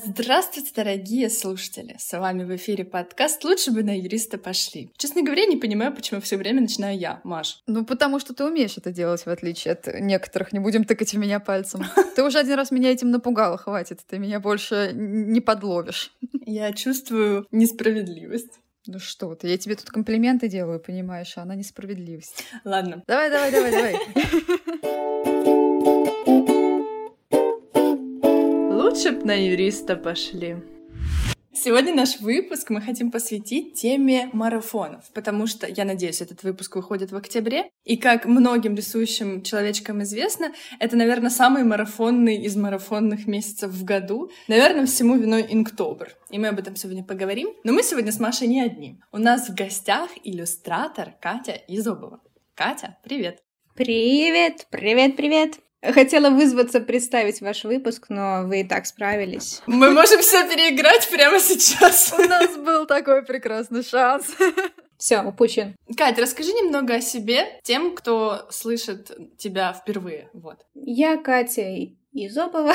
Здравствуйте, дорогие слушатели! С вами в эфире подкаст «Лучше бы на юриста пошли». Честно говоря, не понимаю, почему все время начинаю я, Маш. Ну, потому что ты умеешь это делать, в отличие от некоторых. Не будем тыкать в меня пальцем. Ты уже один раз меня этим напугала, хватит. Ты меня больше не подловишь. Я чувствую несправедливость. Ну что ты, я тебе тут комплименты делаю, понимаешь, а она несправедливость. Ладно. Давай. Лучше б на юриста пошли. Сегодня наш выпуск мы хотим посвятить теме марафонов, потому что, я надеюсь, этот выпуск выходит в октябре, и как многим рисующим человечкам известно, это, наверное, самый марафонный из марафонных месяцев в году. Наверное, всему виной Инктобер, и мы об этом сегодня поговорим. Но мы сегодня с Машей не одни. У нас в гостях иллюстратор Катя Изобова. Катя, привет! Привет! Хотела вызваться представить ваш выпуск, но вы и так справились. Мы можем все переиграть прямо сейчас. У нас был такой прекрасный шанс. Все, упущен. Кать, расскажи немного о себе тем, кто слышит тебя впервые. Вот. Я Катя Изобова.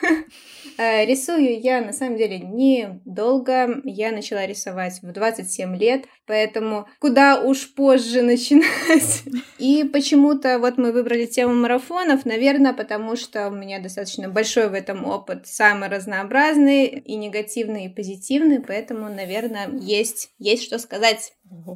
Рисую я, на самом деле, недолго. Я начала рисовать в 27 лет, поэтому куда уж позже начинать. И почему-то вот мы выбрали тему марафонов, наверное, потому что у меня достаточно большой в этом опыт, самый разнообразный, и негативный, и позитивный, поэтому, наверное, есть что сказать.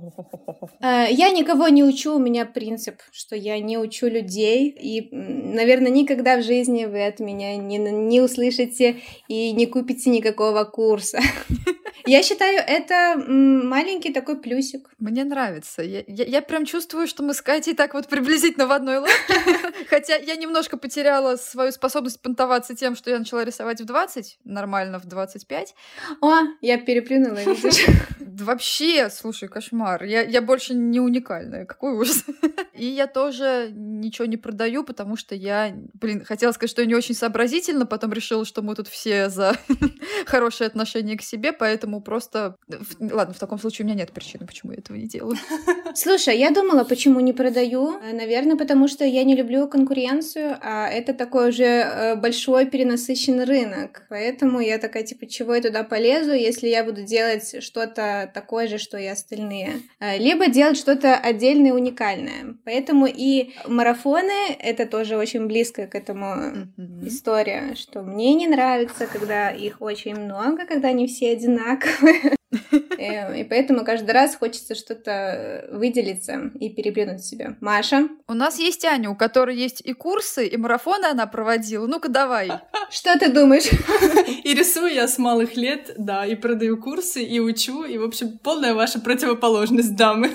Я никого не учу, у меня принцип, что я не учу людей, и, наверное, никогда в жизни вы от меня не услышите и не купите никакого курса. Я считаю, это маленький такой плюсик. Мне нравится. Я прям чувствую, что мы с Катей так вот приблизительно в одной лодке. Хотя я немножко потеряла свою способность понтоваться тем, что я начала рисовать в 20, нормально в 25. О, я переплюнула, видишь? Вообще, слушай, кошмар. Я больше не уникальная. Какой ужас. И я тоже ничего не продаю, потому что я, хотела сказать, что я не очень сообразительна, потом решила, что мы тут все за хорошее отношение к себе, поэтому просто... Ладно, в таком случае у меня нет причины, почему я этого не делаю. Слушай, я думала, почему не продаю. Наверное, потому что я не люблю конкуренцию, а это такой уже большой перенасыщенный рынок. Поэтому я такая, чего я туда полезу, если я буду делать что-то такое же, что и остальные. Либо делать что-то отдельное, уникальное. Поэтому и марафоны — это тоже очень близко к этому история, что мне не нравится, когда их очень много, когда они все одинаковые. И поэтому каждый раз хочется что-то выделиться и переплюнуть себя. Маша? У нас есть Аня, у которой есть и курсы, и марафоны она проводила. Ну-ка, давай. Что ты думаешь? И рисую я с малых лет, да, и продаю курсы, и учу, и, в общем, полная ваша противоположность, дамы.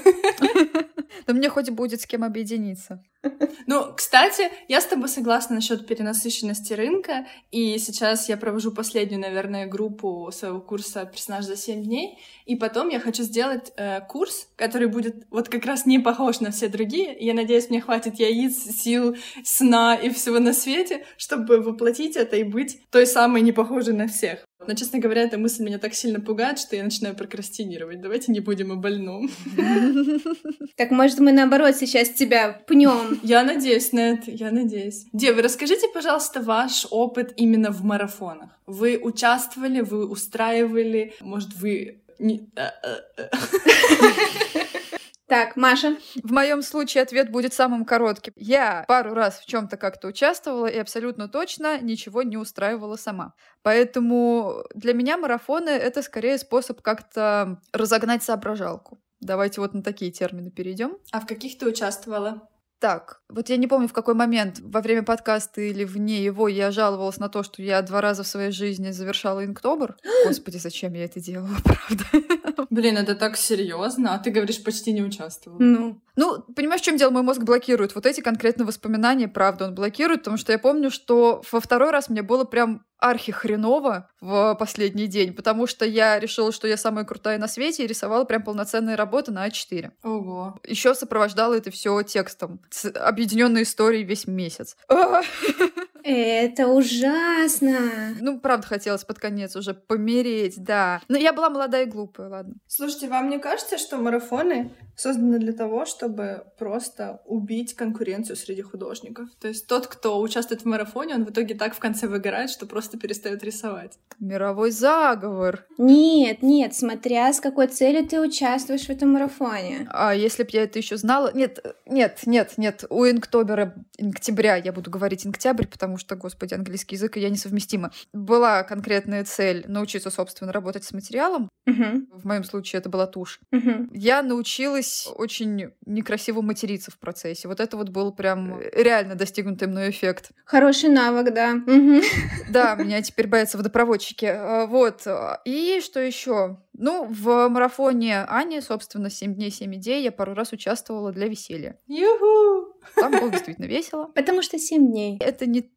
Но мне хоть будет с кем объединиться. Ну, кстати, я с тобой согласна насчет перенасыщенности рынка, и сейчас я провожу последнюю, наверное, группу своего курса «Персонаж за 7 дней», и потом я хочу сделать курс, который будет вот как раз не похож на все другие, и я надеюсь, мне хватит яиц, сил, сна и всего на свете, чтобы воплотить это и быть той самой не похожей на всех. Но, честно говоря, эта мысль меня так сильно пугает, что я начинаю прокрастинировать. Давайте не будем о больном. Так, может, мы, наоборот, сейчас тебя пнем? Я надеюсь на это, я надеюсь. Девы, расскажите, пожалуйста, ваш опыт именно в марафонах. Вы участвовали, вы устраивали, может, вы... Так, Маша. В моем случае ответ будет самым коротким. Я пару раз в чем-то как-то участвовала и абсолютно точно ничего не устраивала сама. Поэтому для меня марафоны — это скорее способ как-то разогнать соображалку. Давайте вот на такие термины перейдем. А в каких ты участвовала? Так, вот я не помню, в какой момент, во время подкаста или вне его, я жаловалась на то, что я 2 раза в своей жизни завершала Инктобер. Господи, зачем я это делала, правда? Блин, это так серьезно, а ты говоришь, почти не участвовала. Ну, понимаешь, в чем дело? Мой мозг блокирует вот эти конкретные воспоминания, правда, он блокирует, потому что я помню, что во второй раз мне было прям архихреново в последний день, потому что я решила, что я самая крутая на свете, и рисовала прям полноценные работы на А4. Ого. Еще сопровождала это все текстом с объединенной историей весь месяц. Это ужасно. Ну, правда, хотелось под конец уже помереть, да. Но я была молодая и глупая, ладно. Слушайте, вам не кажется, что марафоны создано для того, чтобы просто убить конкуренцию среди художников. То есть тот, кто участвует в марафоне, он в итоге так в конце выгорает, что просто перестает рисовать. Мировой заговор. Нет, смотря с какой целью ты участвуешь в этом марафоне. А если бы я это еще знала... Нет. У Инктября, я буду говорить Инктябрь, потому что, господи, английский язык и я несовместима. Была конкретная цель научиться, собственно, работать с материалом. В моем случае это была тушь. Я научилась очень некрасиво материться в процессе. Вот это вот был прям реально достигнутый мной эффект. Хороший навык, да. Да, меня теперь боятся водопроводчики. Вот. И что еще? Ну, в марафоне Ани, собственно, 7 дней, 7 идей я пару раз участвовала для веселья. Юху! Там было действительно весело. Потому что 7 дней. Это не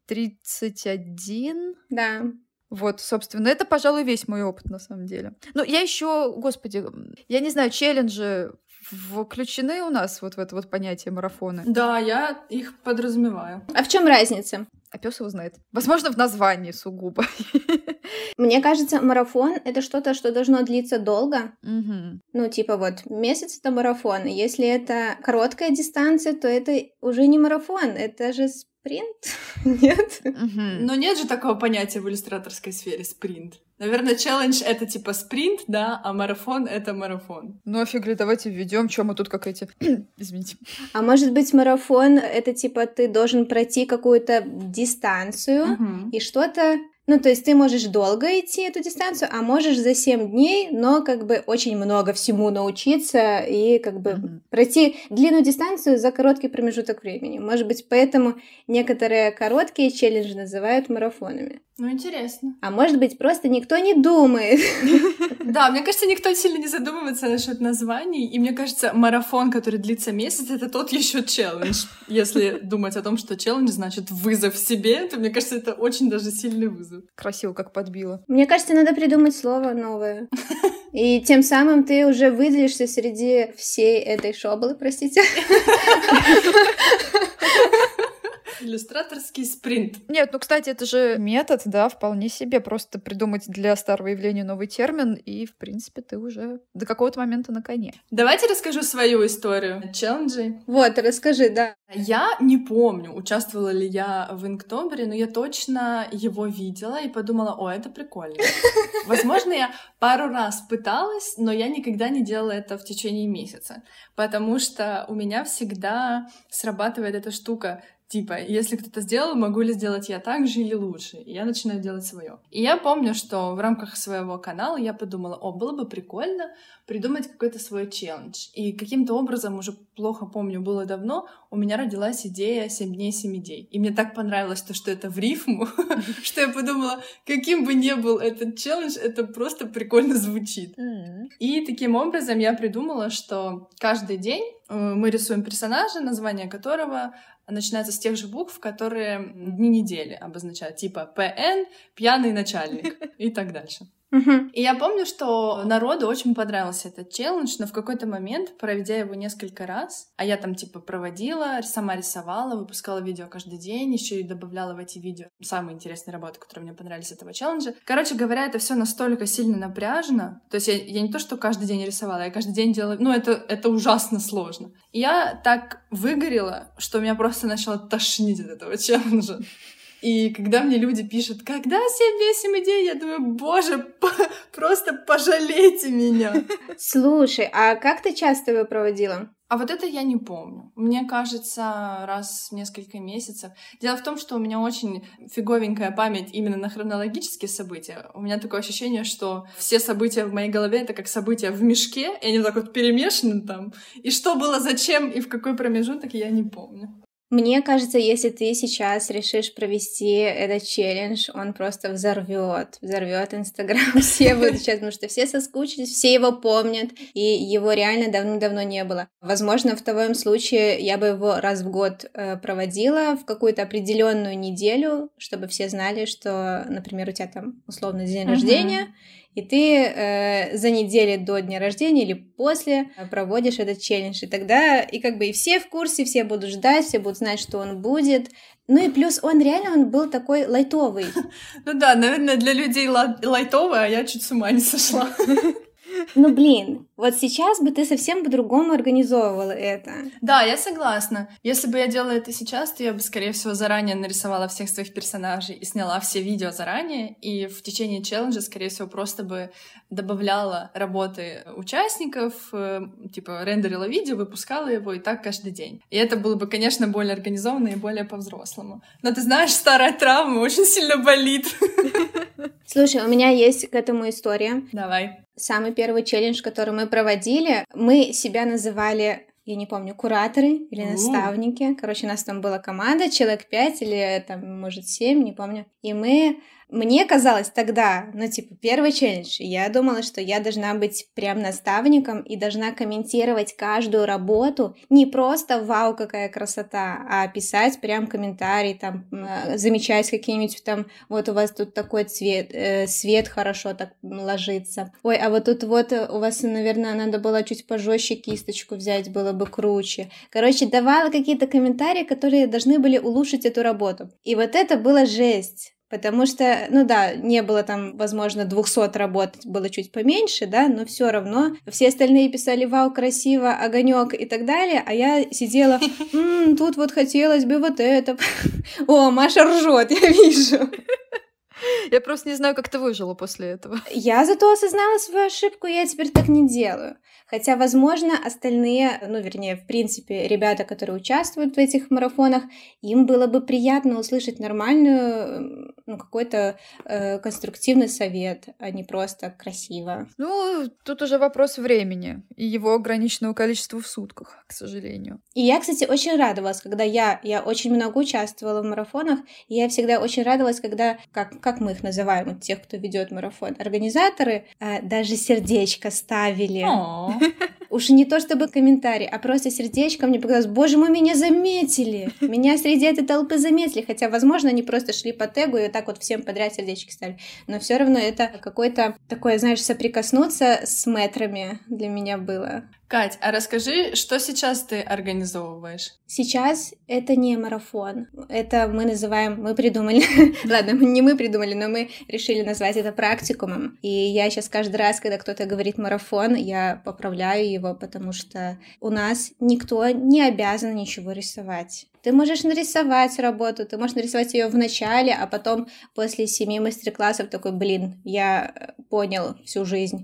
31. Да. Вот, собственно, это, пожалуй, весь мой опыт, на самом деле. Ну, я еще, господи, я не знаю, челленджи включены у нас вот в это вот понятие марафона? Да, я их подразумеваю. А в чем разница? А пес его знает. Возможно, в названии сугубо. Мне кажется, марафон — это что-то, что должно длиться долго. Угу. Ну, типа вот месяц — это марафон. Если это короткая дистанция, то это уже не марафон, это же спринт? Нет? Но нет же такого понятия в иллюстраторской сфере — спринт. Наверное, челлендж — это типа спринт, да, а марафон — это марафон. Ну, офигли, давайте введем, чем мы тут как эти... Извините. А может быть, марафон — это типа ты должен пройти какую-то дистанцию и что-то... Ну, то есть ты можешь долго идти эту дистанцию, а можешь за 7 дней, но как бы очень много всему научиться и как бы пройти длинную дистанцию за короткий промежуток времени. Может быть, поэтому некоторые короткие челленджи называют марафонами. Ну, интересно. А может быть, просто никто не думает. Да, мне кажется, никто сильно не задумывается насчет названий, и мне кажется, марафон, который длится месяц, это тот еще челлендж. Если думать о том, что челлендж значит вызов себе, то мне кажется, это очень даже сильный вызов. Красиво как подбила. Мне кажется, надо придумать слово новое. И тем самым ты уже выделишься среди всей этой шоблы, простите. Иллюстраторский спринт. Нет, ну, кстати, это же метод, да, вполне себе. Просто придумать для старого явления новый термин, и, в принципе, ты уже до какого-то момента на коне. Давайте расскажу свою историю челленджей. Вот, расскажи, да. Я не помню, участвовала ли я в Инктобере, но я точно его видела и подумала: о, это прикольно. Возможно, я пару раз пыталась, но я никогда не делала это в течение месяца, потому что у меня всегда срабатывает эта штука. Типа, если кто-то сделал, могу ли сделать я так же или лучше? И я начинаю делать свое. И я помню, что в рамках своего канала я подумала: о, было бы прикольно придумать какой-то свой челлендж. И каким-то образом, уже плохо помню, было давно, у меня родилась идея 7 дней, 7 идей. И мне так понравилось то, что это в рифму, что я подумала, каким бы ни был этот челлендж, это просто прикольно звучит. И таким образом я придумала, что каждый день мы рисуем персонажа, название которого начинается с тех же букв, которые дни недели обозначают, типа ПН, пьяный начальник и так дальше. И я помню, что народу очень понравился этот челлендж, но в какой-то момент, проведя его несколько раз, а я там типа проводила, сама рисовала, выпускала видео каждый день, еще и добавляла в эти видео самые интересные работы, которые мне понравились этого челленджа. Короче говоря, это все настолько сильно напряжно, то есть я не то, что каждый день рисовала, я каждый день делала, ну это ужасно сложно. И я так выгорела, что меня просто начало тошнить от этого челленджа. И когда мне люди пишут: когда 7 дней, 7 идей, я думаю: боже, просто пожалейте меня. Слушай, а как ты часто его проводила? А вот это я не помню. Мне кажется, раз в несколько месяцев. Дело в том, что у меня очень фиговенькая память именно на хронологические события. У меня такое ощущение, что все события в моей голове — это как события в мешке, и они так вот перемешаны там. И что было зачем и в какой промежуток, я не помню. Мне кажется, если ты сейчас решишь провести этот челлендж, он просто взорвет Инстаграм. Все будут сейчас, потому что все соскучились, все его помнят, и его реально давно-давно не было. Возможно, в твоем случае я бы его раз в год проводила в какую-то определенную неделю, чтобы все знали, что, например, у тебя там условно день рождения, и ты за неделю до дня рождения или после проводишь этот челлендж. И тогда и как бы и все в курсе, все будут ждать, все будут знать, что он будет. Ну и плюс он был такой лайтовый. Ну да, наверное, для людей лайтовый, а я чуть с ума не сошла. Ну, блин, вот сейчас бы ты совсем по-другому организовывала это. Да, я согласна. Если бы я делала это сейчас, то я бы, скорее всего, заранее нарисовала всех своих персонажей и сняла все видео заранее, и в течение челленджа, скорее всего, просто бы добавляла работы участников, типа рендерила видео, выпускала его и так каждый день. И это было бы, конечно, более организованно и более по-взрослому. Но ты знаешь, старая травма очень сильно болит. Слушай, у меня есть к этому история. Давай. Самый первый челлендж, который мы проводили, мы себя называли, я не помню, кураторы или наставники. Короче, у нас там была команда, человек 5 или там, может, 7, не помню. И мне казалось тогда, ну, типа, первый челлендж, я думала, что я должна быть прям наставником и должна комментировать каждую работу, не просто «Вау, какая красота», а писать прям комментарий, там, замечать какие-нибудь там, вот у вас тут такой цвет, свет хорошо так ложится. Ой, а вот тут вот у вас, наверное, надо было чуть пожестче кисточку взять, было бы круче. Короче, давала какие-то комментарии, которые должны были улучшить эту работу. И вот это было жесть. Потому что, ну да, не было там, возможно, 200 работ, было чуть поменьше, да, но все равно все остальные писали «Вау, красиво, огонек» и так далее, а я сидела тут вот хотелось бы вот это. О, Маша ржет, я вижу. Я просто не знаю, как ты выжила после этого. Я зато осознала свою ошибку, и я теперь так не делаю. Хотя, возможно, остальные, ну, вернее, в принципе, ребята, которые участвуют в этих марафонах, им было бы приятно услышать нормальную, ну, какой-то конструктивный совет, а не просто красиво. Ну, тут уже вопрос времени и его ограниченного количества в сутках, к сожалению. И я, кстати, очень радовалась, когда я очень много участвовала в марафонах, и я всегда очень радовалась, когда, как мы их называем, вот тех, кто ведет марафон, организаторы даже сердечко ставили. Уж не то чтобы комментарий, а просто сердечко. Мне показалось, боже мой, меня заметили. Меня среди этой толпы заметили. Хотя, возможно, они просто шли по тегу и вот так вот всем подряд сердечки ставили. Но все равно это какое-то такое, знаешь, соприкоснуться с мэтрами для меня было. Кать, а расскажи, что сейчас ты организовываешь? Сейчас это не марафон. Это мы придумали. Ладно, не мы придумали, но мы решили назвать это практикумом. И я сейчас каждый раз, когда кто-то говорит марафон, я поправляю его, потому что у нас никто не обязан ничего рисовать. Ты можешь нарисовать работу, ты можешь нарисовать ее в начале, а потом после 7 мастер-классов такой, блин, я понял всю жизнь.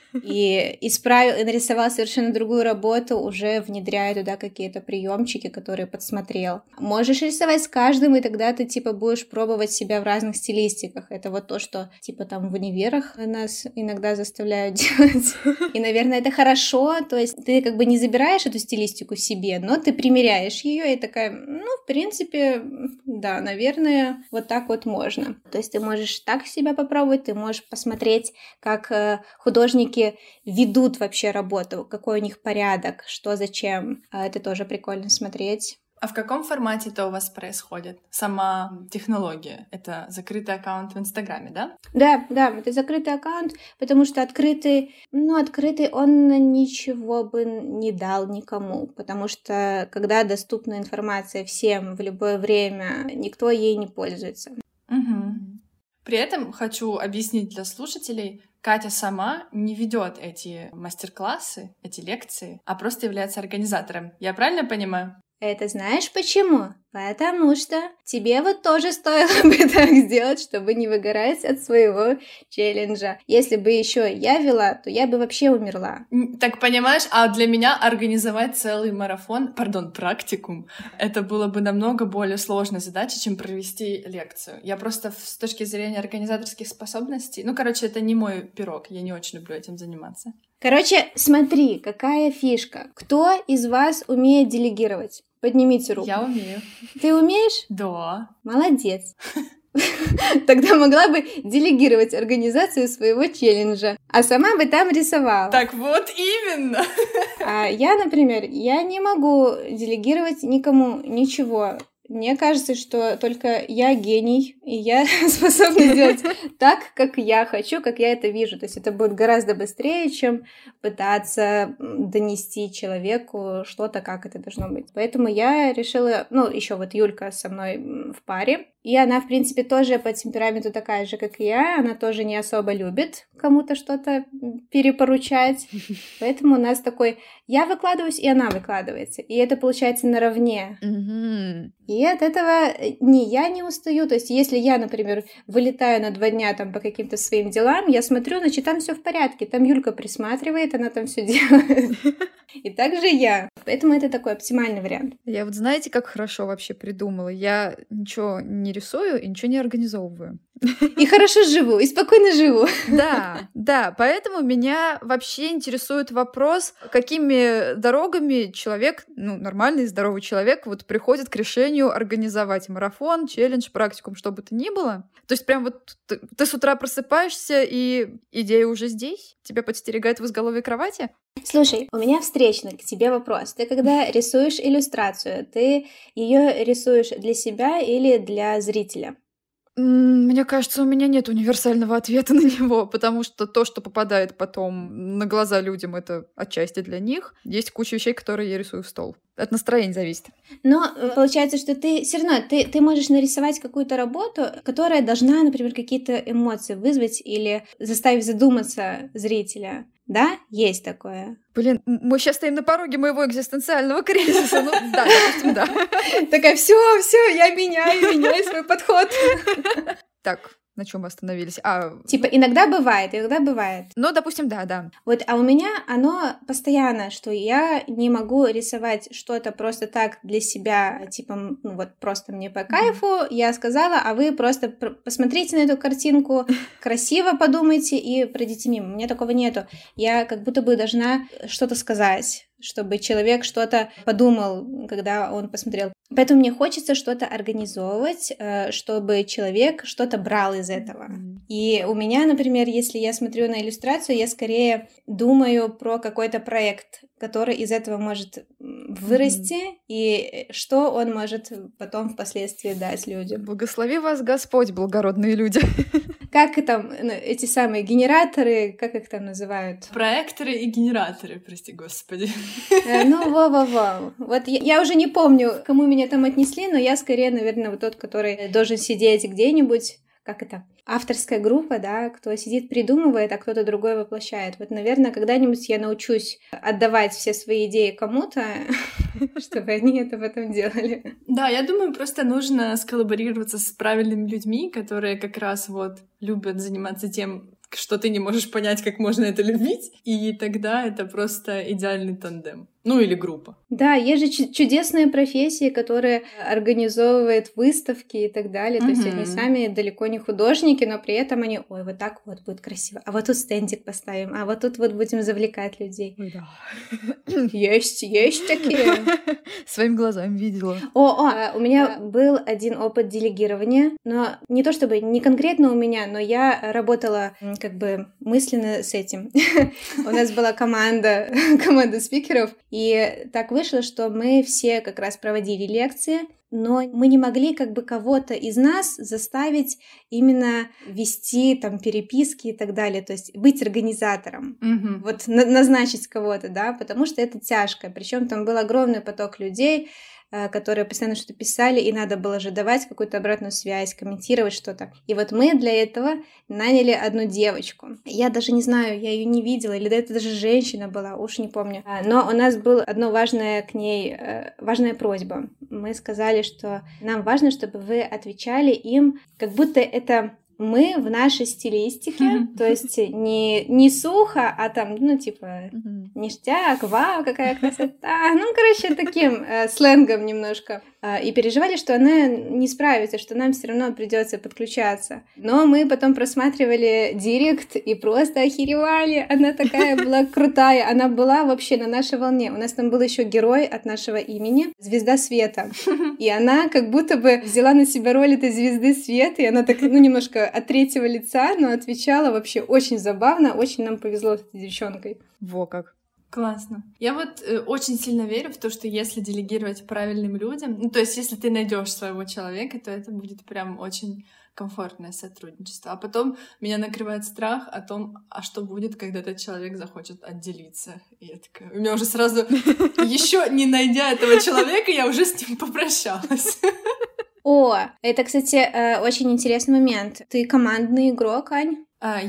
И исправил, и нарисовал совершенно другую работу, уже внедряя туда какие-то приемчики, которые подсмотрел. Можешь рисовать с каждым, и тогда ты, типа, будешь пробовать себя в разных стилистиках. Это вот то, что, типа, там в универах нас иногда заставляют делать. И, наверное, это хорошо, то есть ты как бы не забираешь эту стилистику себе, но ты примеряешь ее и такая, ну, в принципе, да, наверное, вот так вот можно. То есть ты можешь так себя попробовать, ты можешь посмотреть, как художники ведут вообще работу, какой у них порядок, что зачем. Это тоже прикольно смотреть. А в каком формате это у вас происходит? Сама технология? Это закрытый аккаунт в Инстаграме, да? Да, это закрытый аккаунт, потому что открытый он ничего бы не дал никому, потому что когда доступна информация всем в любое время, никто ей не пользуется. Угу. При этом хочу объяснить для слушателей, Катя сама не ведет эти мастер-классы, эти лекции, а просто является организатором. Я правильно понимаю? Это знаешь почему? Потому что тебе вот тоже стоило бы так сделать, чтобы не выгорать от своего челленджа. Если бы еще я вела, то я бы вообще умерла. Так понимаешь, а для меня организовать целый марафон, практикум, это было бы намного более сложной задачей, чем провести лекцию. Я просто с точки зрения организаторских способностей, это не мой пирог, я не очень люблю этим заниматься. Короче, смотри, какая фишка. Кто из вас умеет делегировать? Поднимите руку. Я умею. Ты умеешь? Да. Молодец. Тогда могла бы делегировать организацию своего челленджа, а сама бы там рисовала. Так вот именно. А я, например, я не могу делегировать никому ничего. Мне кажется, что только я гений, и я способна сделать так, как я хочу, как я это вижу. То есть это будет гораздо быстрее, чем пытаться донести человеку что-то, как это должно быть. Поэтому я решила, еще вот Юлька со мной в паре, И она, в принципе, тоже по темпераменту такая же, как и я. Она тоже не особо любит кому-то что-то перепоручать. Поэтому у нас такой... Я выкладываюсь, и она выкладывается. И это получается наравне. И от этого ни я не устаю. То есть, если я, например, вылетаю на 2 дня там по каким-то своим делам, я смотрю, значит, там все в порядке. Там Юлька присматривает, она там все делает. И также я. Поэтому это такой оптимальный вариант. Я вот знаете, как хорошо вообще придумала? Я ничего не рисую и ничего не организовываю. И хорошо живу, и спокойно живу. Да, поэтому меня вообще интересует вопрос, какими дорогами человек, нормальный, здоровый человек, вот приходит к решению организовать марафон, челлендж, практикум, что бы то ни было. То есть прям вот ты с утра просыпаешься, и идея уже здесь? Тебя подстерегает в изголовье кровати? Слушай, у меня встречный к тебе вопрос. Ты когда рисуешь иллюстрацию, ты ее рисуешь для себя или для зрителя? Мне кажется, у меня нет универсального ответа на него, потому что то, что попадает потом на глаза людям, это отчасти для них. Есть куча вещей, которые я рисую в стол. От настроения зависит. Но получается, что ты все равно ты можешь нарисовать какую-то работу, которая должна, например, какие-то эмоции вызвать или заставить задуматься зрителя. Да, есть такое. Блин, мы сейчас стоим на пороге моего экзистенциального кризиса. Ну да, допустим, да. Такая, все, я меняю свой подход. Так, на чем мы остановились? Типа, иногда бывает. Ну, допустим, да. Вот, а у меня оно постоянно, что я не могу рисовать что-то просто так для себя, типа, вот просто мне по кайфу, я сказала, а вы просто посмотрите на эту картинку, красиво подумайте и пройдите мимо. У меня такого нету. Я как будто бы должна что-то сказать, чтобы человек что-то подумал, когда он посмотрел. Поэтому мне хочется что-то организовывать, чтобы человек что-то брал из этого. И у меня, например, если я смотрю на иллюстрацию, я скорее думаю про какой-то проект, который из этого может вырасти, и что он может потом впоследствии дать людям. Благослови вас Господь, благородные люди. Как там эти самые генераторы, как их там называют? Проекторы и генераторы, прости господи. Во. Вот я уже не помню, к кому меня там отнесли, но я скорее, наверное, вот тот, который должен сидеть где-нибудь, как это, авторская группа, да, кто сидит, придумывает, а кто-то другой воплощает. Вот, наверное, когда-нибудь я научусь отдавать все свои идеи кому-то, чтобы они это потом делали. Да, я думаю, просто нужно сколлаборироваться с правильными людьми, которые как раз вот любят заниматься тем, что ты не можешь понять, как можно это любить, и тогда это просто идеальный тандем. Ну, или группа. Да, есть же чудесные профессии, которые организовывают выставки и так далее. То есть они сами далеко не художники, но при этом они, ой, вот так вот будет красиво. А вот тут стендик поставим, а вот тут вот будем завлекать людей. Да. Есть такие. Своими глазами видела. У меня был один опыт делегирования, но не то чтобы не конкретно у меня, но я работала как бы мысленно с этим. У нас была команда спикеров, и так вышло, что мы все как раз проводили лекции, но мы не могли как бы кого-то из нас заставить именно вести там переписки и так далее, то есть быть организатором, вот назначить кого-то, да, потому что это тяжко, причем там был огромный поток людей, которые постоянно что-то писали, и надо было же давать какую-то обратную связь, комментировать что-то. И вот мы для этого наняли одну девочку. Я даже не знаю, я ее не видела, или это даже женщина была, уж не помню. Но у нас была одна важная к ней, важная просьба. Мы сказали, что нам важно, чтобы вы отвечали им, как будто это мы в нашей стилистике, то есть не сухо, а там, типа, ништяк, вау, какая красота. Короче, таким сленгом немножко. И переживали, что она не справится, что нам все равно придется подключаться. Но мы потом просматривали директ и просто охеревали. Она такая была крутая, она была вообще на нашей волне. У нас там был еще герой от нашего имени, Звезда Света. И она как будто бы взяла на себя роль этой Звезды Света, и она так, немножко от третьего лица, но отвечала вообще очень забавно, очень нам повезло с этой девчонкой. Во как. Классно. Я вот очень сильно верю в то, что если делегировать правильным людям, то есть если ты найдешь своего человека, то это будет прям очень комфортное сотрудничество. А потом меня накрывает страх о том, а что будет, когда этот человек захочет отделиться. И я такая, у меня уже сразу, еще не найдя этого человека, я уже с ним попрощалась. О, это, кстати, очень интересный момент. Ты командный игрок, Ань?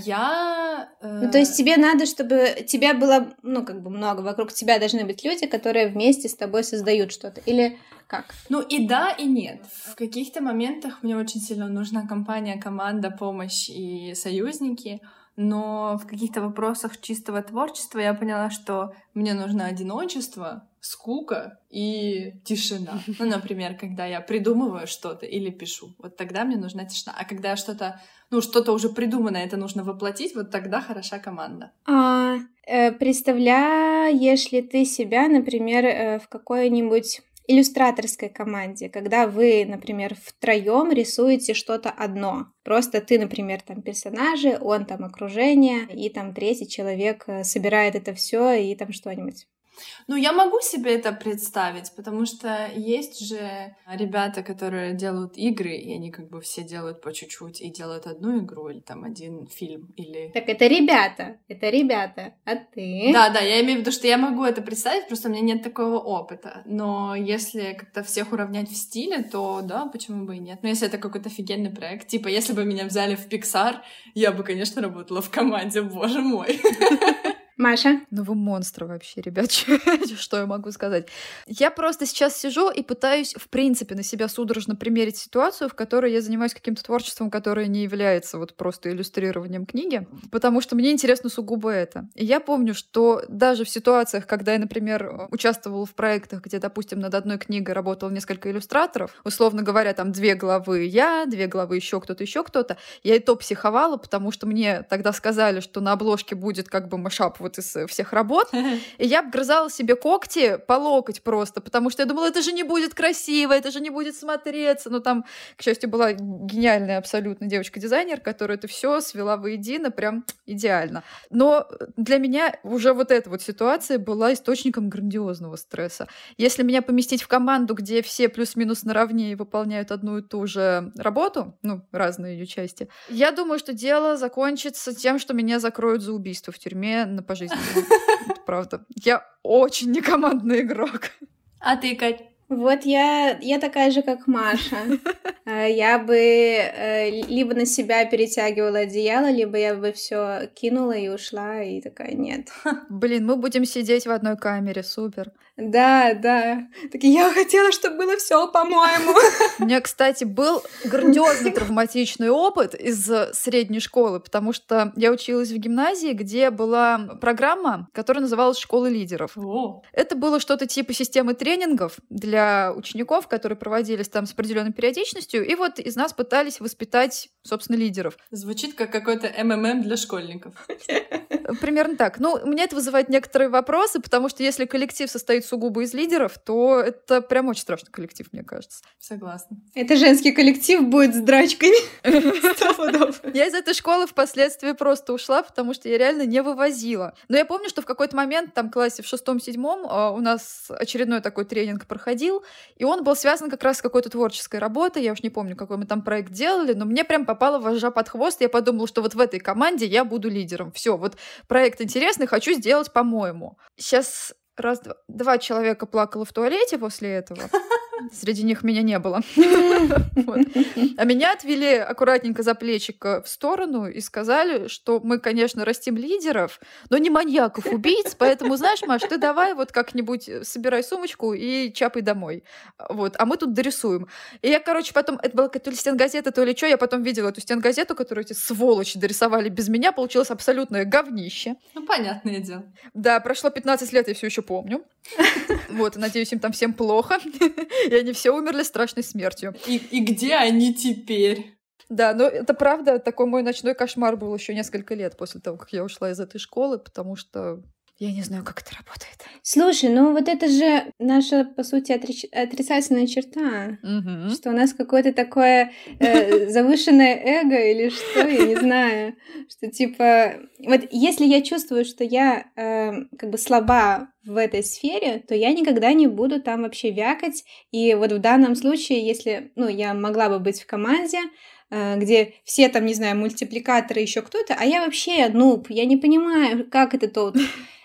Ну, то есть тебе надо, чтобы тебя было, ну, как бы много. Вокруг тебя должны быть люди, которые вместе с тобой создают что-то. Или как? Ну и да, и нет. В каких-то моментах мне очень сильно нужна компания, команда, помощь и союзники. Но в каких-то вопросах чистого творчества я поняла, что мне нужно одиночество, скука и тишина. Ну, например, когда я придумываю что-то или пишу, вот тогда мне нужна тишина. А когда что-то уже придуманное, это нужно воплотить, вот тогда хороша команда. Представляешь ли ты себя, например, в какой-нибудь иллюстраторской команде, когда вы, например, втроем рисуете что-то одно. Просто ты, например, там персонажи, он там окружение, и там третий человек собирает это все и там что-нибудь. Ну, я могу себе это представить, потому что есть же ребята, которые делают игры, и они как бы все делают по чуть-чуть и делают одну игру или там один фильм, или... Так это ребята, а ты? Да, я имею в виду, что я могу это представить, просто у меня нет такого опыта. Но если как-то всех уравнять в стиле, то да, почему бы и нет. Но если это какой-то офигенный проект, типа, если бы меня взяли в Pixar, я бы, конечно, работала в команде, боже мой. Маша? Ну вы монстры вообще, ребят, что я могу сказать? Я просто сейчас сижу и пытаюсь, в принципе, на себя судорожно примерить ситуацию, в которой я занимаюсь каким-то творчеством, которое не является вот просто иллюстрированием книги, потому что мне интересно сугубо это. И я помню, что даже в ситуациях, когда я, например, участвовала в проектах, где, допустим, над одной книгой работало несколько иллюстраторов, условно говоря, там 2 главы я, 2 главы еще кто-то, я и то психовала, потому что мне тогда сказали, что на обложке будет как бы машап вот из всех работ, и я обгрызала себе когти по локоть просто, потому что я думала, это же не будет красиво, это же не будет смотреться. Но там, к счастью, была гениальная абсолютно девочка-дизайнер, которая это все свела воедино прям идеально. Но для меня уже вот эта вот ситуация была источником грандиозного стресса. Если меня поместить в команду, где все плюс-минус наравне и выполняют одну и ту же работу, ну, разные ее части, я думаю, что дело закончится тем, что меня закроют за убийство в тюрьме на пожизненно. Это правда. Я очень некомандный игрок. А ты, Кать? Вот я такая же, как Маша. Я бы либо на себя перетягивала одеяло, либо я бы все кинула и ушла, и такая, нет. Блин, мы будем сидеть в одной камере, супер. Да. Так я хотела, чтобы было все, по-моему. У меня, кстати, был грандиозный травматичный опыт из средней школы, потому что я училась в гимназии, где была программа, которая называлась «Школа лидеров». Это было что-то типа системы тренингов для учеников, которые проводились там с определенной периодичностью, и вот из нас пытались воспитать, собственно, лидеров. Звучит как какой-то МММ для школьников. Примерно так. Ну, у меня это вызывает некоторые вопросы, потому что если коллектив состоит сугубо из лидеров, то это прям очень страшный коллектив, мне кажется. Согласна. Это женский коллектив будет с драчками. Я из этой школы впоследствии просто ушла, потому что я реально не вывозила. Но я помню, что в какой-то момент, там, в классе в 6-7, у нас очередной такой тренинг проходил, и он был связан как раз с какой-то творческой работой. Я уж не помню, какой мы там проект делали, но мне прям попала вожжа под хвост, и я подумала, что вот в этой команде я буду лидером. Все, вот проект интересный, хочу сделать по-моему. Сейчас два человека плакало в туалете после этого. Среди них меня не было. А меня отвели аккуратненько за плечико в сторону и сказали, что мы, конечно, растим лидеров, но не маньяков-убийц, поэтому, знаешь, Маш, ты давай вот как-нибудь собирай сумочку и чапай домой. Вот, а мы тут дорисуем. И я, короче, потом, это была то ли стенгазета, то ли что, я потом видела эту стенгазету, которую эти сволочи дорисовали без меня, получилось абсолютное говнище. Ну, понятное дело. Да, прошло 15 лет, я все еще помню. Вот, надеюсь, им там всем плохо. И они все умерли страшной смертью. И где они теперь? Да, но это правда, такой мой ночной кошмар был еще несколько лет после того, как я ушла из этой школы, потому что я не знаю, как это работает. Слушай, ну вот это же наша, по сути, отрицательная черта, что у нас какое-то такое завышенное эго или что, я не знаю, что типа... Вот если я чувствую, что я как бы слаба в этой сфере, то я никогда не буду там вообще вякать, и вот в данном случае, если, ну, я могла бы быть в команде, где все там, не знаю, мультипликаторы, еще кто-то, а я вообще нуб, я не понимаю, как это тут...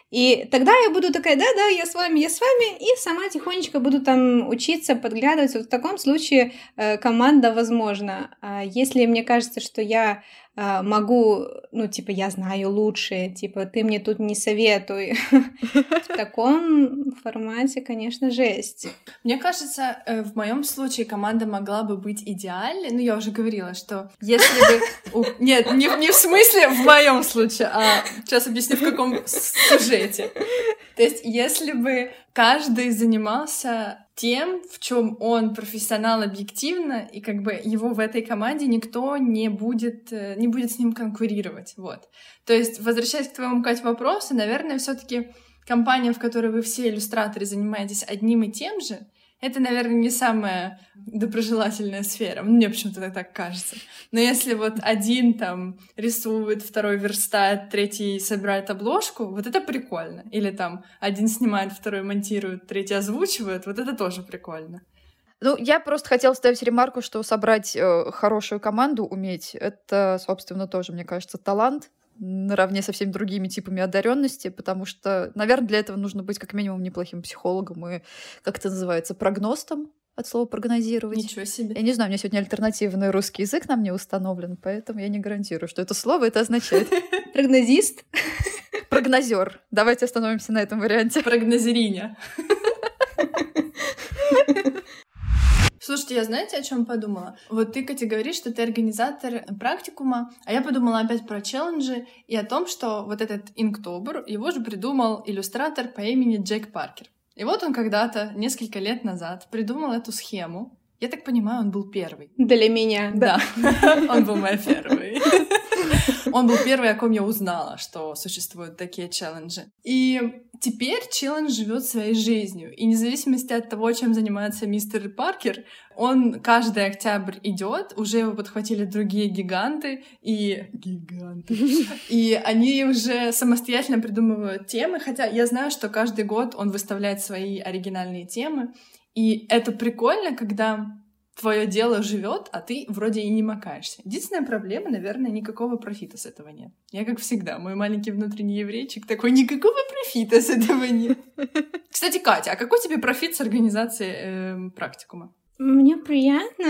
И тогда я буду такая, да, я с вами, и сама тихонечко буду там учиться, подглядывать. Вот в таком случае команда возможна. А если мне кажется, что я могу, я знаю лучше, ты мне тут не советуй. В таком формате, конечно, жесть. Мне кажется, в моем случае команда могла бы быть идеальной. Я уже говорила, что если бы... Нет, не в смысле в моем случае, а сейчас объясню, в каком сюжете. То есть, если бы каждый занимался тем, в чем он профессионал объективно, и его в этой команде никто не будет с ним конкурировать. Вот. То есть, возвращаясь к твоему, Кать, вопросу, наверное, все-таки компания, в которой вы все иллюстраторы занимаетесь одним и тем же, это, наверное, не самая доброжелательная сфера. Мне почему-то так кажется. Но если вот один там рисует, второй верстает, третий собирает обложку, вот это прикольно. Или там один снимает, второй монтирует, третий озвучивает, вот это тоже прикольно. Я просто хотела ставить ремарку, что собрать хорошую команду уметь, это, собственно, тоже, мне кажется, талант наравне со всеми другими типами одаренности, потому что, наверное, для этого нужно быть как минимум неплохим психологом и, как это называется, прогностом, от слова прогнозировать. Ничего себе. Я не знаю, у меня сегодня альтернативный русский язык на мне установлен, поэтому я не гарантирую, что это слово это означает. Прогнозист? Прогнозер. Давайте остановимся на этом варианте. Прогнозериня. Слушайте, я знаете, о чем подумала? Вот ты, Катя, говоришь, что ты организатор практикума, а я подумала опять про челленджи и о том, что вот этот Инктобер, его же придумал иллюстратор по имени Джек Паркер. И вот он когда-то, несколько лет назад, придумал эту схему. Я так понимаю, он был первый. Для меня. Да, он был мой первый. Он был первый, о ком я узнала, что существуют такие челленджи. И теперь челлендж живет своей жизнью. И независимо от того, чем занимается мистер Паркер, он каждый октябрь идет, уже его подхватили другие гиганты, и они уже самостоятельно придумывают темы, хотя я знаю, что каждый год он выставляет свои оригинальные темы, и это прикольно, когда твое дело живет, а ты вроде и не макаешься. Единственная проблема, наверное, никакого профита с этого нет. Я, как всегда, мой маленький внутренний еврейчик такой, никакого профита с этого нет. Кстати, Катя, а какой тебе профит с организации практикума? Мне приятно.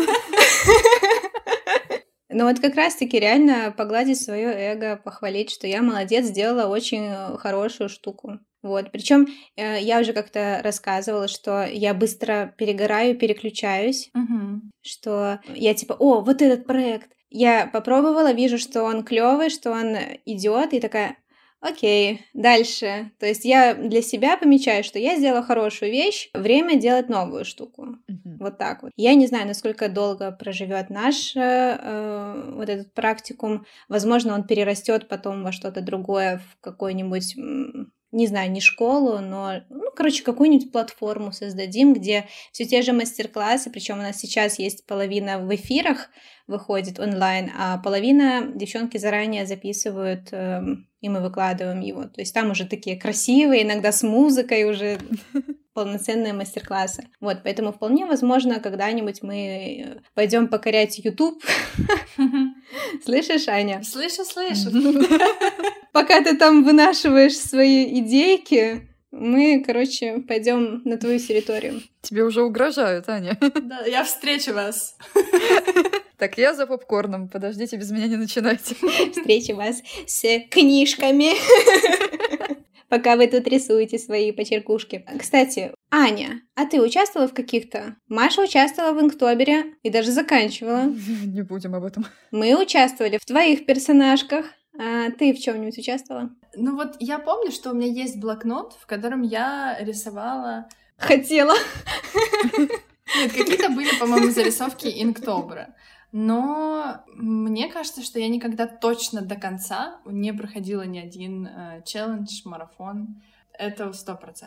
Но вот как раз-таки реально погладить свое эго, похвалить, что я молодец, сделала очень хорошую штуку. Вот. Причем я уже как-то рассказывала, что я быстро перегораю, переключаюсь, что я вот этот проект. Я попробовала, вижу, что он клевый, что он идет, и такая, окей, дальше. То есть я для себя помечаю, что я сделала хорошую вещь, время делать новую штуку. Вот так вот. Я не знаю, насколько долго проживет наш вот этот практикум. Возможно, он перерастет потом во что-то другое, в какой-нибудь, не знаю, не школу, но, какую-нибудь платформу создадим, где все те же мастер-классы, причем у нас сейчас есть половина в эфирах выходит онлайн, а половина девчонки заранее записывают, и мы выкладываем его. То есть там уже такие красивые, иногда с музыкой уже полноценные мастер-классы. Вот, поэтому вполне возможно, когда-нибудь мы пойдем покорять YouTube. Слышишь, Аня? Слышу. Пока ты там вынашиваешь свои идейки, мы, пойдем на твою территорию. Тебе уже угрожают, Аня. Да, я встречу вас. Так, я за попкорном. Подождите, без меня не начинайте. Встречу вас с книжками. Пока вы тут рисуете свои почеркушки. Кстати, Аня, а ты участвовала в каких-то? Маша участвовала в Инктобере и даже заканчивала. Не будем об этом. Мы участвовали в твоих персонажках. А ты в чем-нибудь участвовала? Я помню, что у меня есть блокнот, в котором я рисовала... Хотела. Нет, какие-то были, по-моему, зарисовки Инктобера. Но мне кажется, что я никогда точно до конца не проходила ни один челлендж, марафон. Это 100%.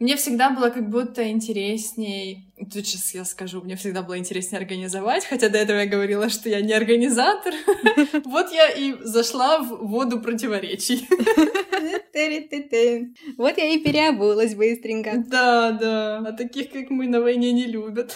Мне всегда было как будто интересней, тут сейчас я скажу, мне всегда было интереснее организовать, хотя до этого я говорила, что я не организатор. Вот я и зашла в воду противоречий. Вот я и переобулась быстренько. Да, а таких, как мы, на войне не любят.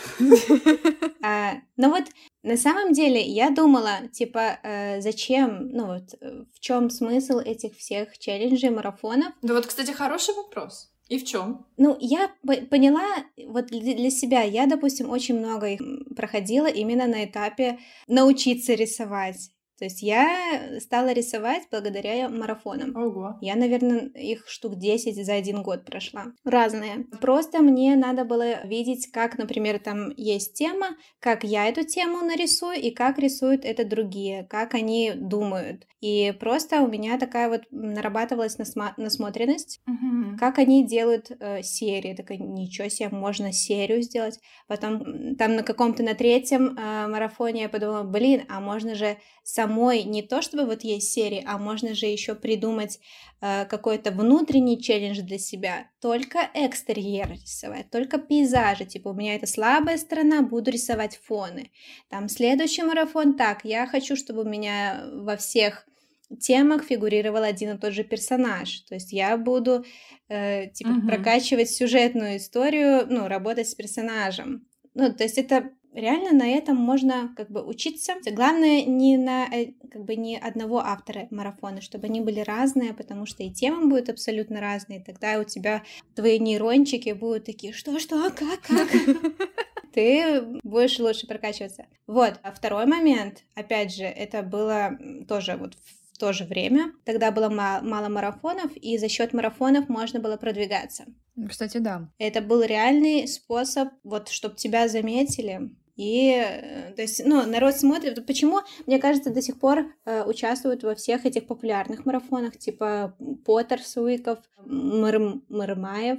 Но вот на самом деле я думала, типа, зачем, в чем смысл этих всех челленджей, марафонов? Да вот, кстати, хороший вопрос. И в чем? Я поняла, вот для себя, я, допустим, очень много их проходила именно на этапе научиться рисовать. То есть я стала рисовать благодаря марафонам. Ого. Я, наверное, их штук 10 за 1 год прошла. Разные. Просто мне надо было видеть, как, например, там есть тема, как я эту тему нарисую и как рисуют это другие, как они думают. И просто у меня такая вот нарабатывалась насмотренность, как они делают серии. Такая, ничего себе, можно серию сделать. Потом там на каком-то, на 3-м марафоне я подумала, а можно же самой не то, чтобы вот есть серии, а можно же еще придумать какой-то внутренний челлендж для себя. Только экстерьер рисовать, только пейзажи. Типа у меня это слабая сторона, буду рисовать фоны. Там следующий марафон, так, я хочу, чтобы у меня во всех темах фигурировал один и тот же персонаж. То есть я буду прокачивать сюжетную историю, работать с персонажем. То есть это реально на этом можно как бы учиться. Главное не на не одного автора марафона, чтобы они были разные, потому что и темы будут абсолютно разные. Тогда у тебя твои нейрончики будут такие, что, как? Ты будешь лучше прокачиваться. Вот. А второй момент, опять же, это было тоже вот в то же время. Тогда было мало марафонов, и за счет марафонов можно было продвигаться. Кстати, да. Это был реальный способ, вот, чтобы тебя заметили. И, то есть, народ смотрит. Почему, мне кажется, до сих пор участвуют во всех этих популярных марафонах, типа Поттер, Суиков, Мэрмаев.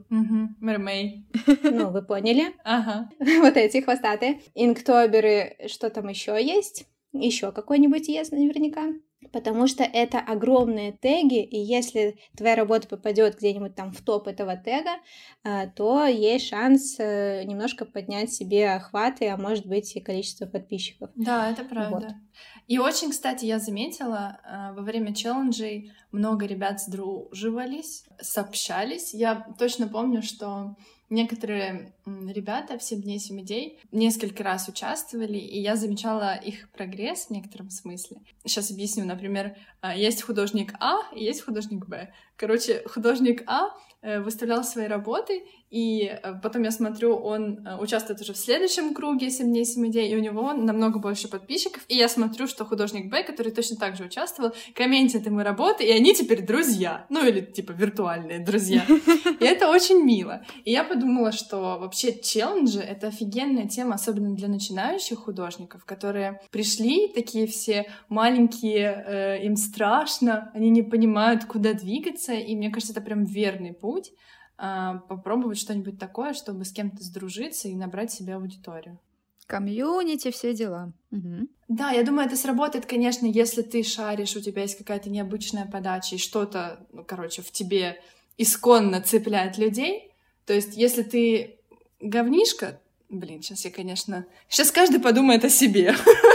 Мэрмэй. Вы поняли? Ага. Вот эти хвостатые. Инктоберы, что там еще есть? Еще какой-нибудь есть наверняка. Потому что это огромные теги, и если твоя работа попадет где-нибудь там в топ этого тега, то есть шанс немножко поднять себе охваты, а может быть и количество подписчиков. Да, это правда. Вот. И очень, кстати, я заметила, во время челленджей много ребят сдруживались, сообщались. Я точно помню, что некоторые ребята в 7 дней 7 идей несколько раз участвовали, и я замечала их прогресс в некотором смысле. Сейчас объясню. Например, есть художник А и есть художник Б. Короче, художник А выставлял свои работы, и потом я смотрю, он участвует уже в следующем круге 7 дней 7 идей, и у него намного больше подписчиков, и я смотрю, что художник Б, который точно так же участвовал, комментит ему работы, и они теперь друзья, или типа виртуальные друзья. И это очень мило. И я подумала, что вообще челленджи — это офигенная тема, особенно для начинающих художников, которые пришли такие все маленькие, им страшно, они не понимают, куда двигаться, и мне кажется, это прям верный путь попробовать что-нибудь такое, чтобы с кем-то сдружиться и набрать себе аудиторию. Комьюнити, все дела. Угу. Да, я думаю, это сработает, конечно, если ты шаришь, у тебя есть какая-то необычная подача, и что-то, в тебе исконно цепляет людей. То есть, если ты говнишка, сейчас каждый подумает о себе.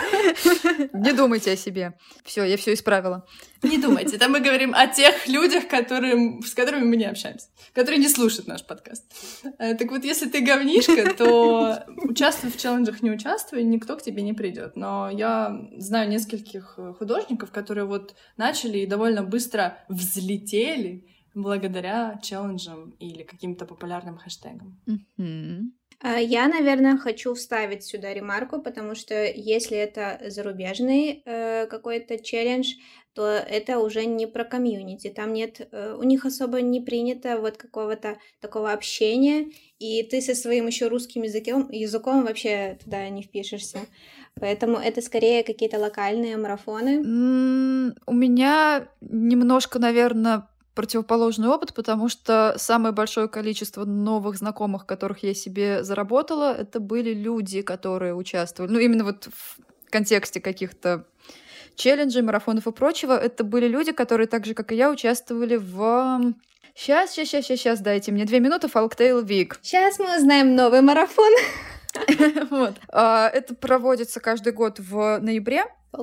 Не думайте о себе. Все, я все исправила. Не думайте. Там мы говорим о тех людях, с которыми мы не общаемся, которые не слушают наш подкаст. Так вот, если ты говнишка, то участвуй в челленджах, не участвуй, никто к тебе не придет. Но я знаю нескольких художников, которые вот начали и довольно быстро взлетели благодаря челленджам или каким-то популярным хэштегам. Я, наверное, хочу вставить сюда ремарку, потому что если это зарубежный какой-то челлендж, то это уже не про комьюнити. Там нет, у них особо не принято вот какого-то такого общения, и ты со своим еще русским языком вообще туда не впишешься. Поэтому это скорее какие-то локальные марафоны. У меня немножко, наверное, противоположный опыт, потому что самое большое количество новых знакомых, которых я себе заработала, это были люди, которые участвовали. Именно вот в контексте каких-то челленджей, марафонов и прочего, это были люди, которые так же, как и я, участвовали в Сейчас, дайте мне 2 минуты, Folktale Week. Сейчас мы узнаем новый марафон. Вот. Это проводится каждый год в ноябре.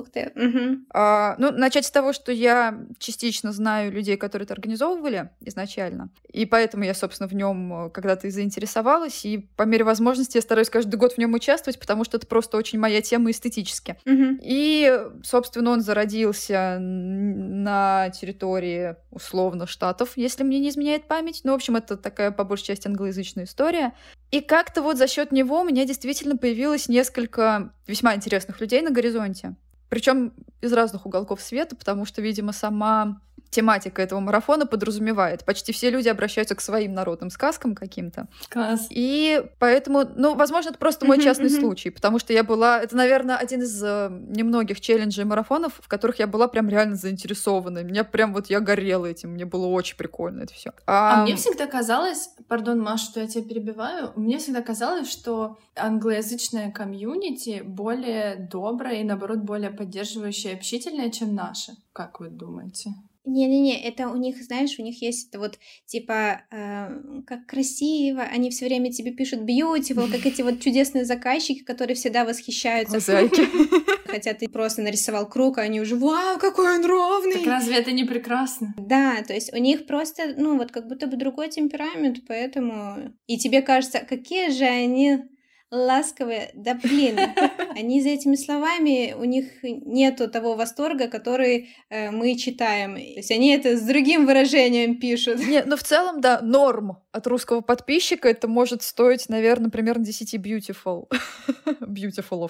Ну, начать с того, что я частично знаю людей, которые это организовывали изначально, и поэтому я, собственно, в нем когда-то и заинтересовалась, и по мере возможности я стараюсь каждый год в нем участвовать, потому что это просто очень моя тема эстетически. И, собственно, он зародился на территории, условно, Штатов, если мне не изменяет память. Ну, в общем, это такая, по большей части, англоязычная история. И как-то вот за счет него у меня действительно появилось несколько весьма интересных людей на горизонте. Причем из разных уголков света, потому что, видимо, сама тематика этого марафона подразумевает. Почти все люди обращаются к своим народным сказкам каким-то. Класс. И поэтому, ну, возможно, это просто мой частный случай, потому что я была... Это, наверное, один из немногих челленджей марафонов, в которых я была прям реально заинтересована. Меня прям вот я горела этим, мне было очень прикольно это все. А мне всегда казалось, пардон, Маша, что я тебя перебиваю, мне всегда казалось, что англоязычная комьюнити более добрая и, наоборот, более поддерживающая и общительная, чем наша. Как вы думаете? Не-не-не, это у них, знаешь, у них есть это вот, типа, как красиво, они все время тебе пишут beautiful, как эти вот чудесные заказчики, которые всегда восхищаются. Зайки. Хотя ты просто нарисовал круг, а они уже, вау, какой он ровный. Так разве это не прекрасно? Да, то есть у них просто, ну, вот как будто бы другой темперамент, поэтому... И тебе кажется, какие же они... ласковые, да блин, они за этими словами, у них нету того восторга, который мы читаем. То есть они это с другим выражением пишут. Не, ну в целом, да, норм от русского подписчика это может стоить, наверное, примерно 10 beautiful. Beautiful'ов.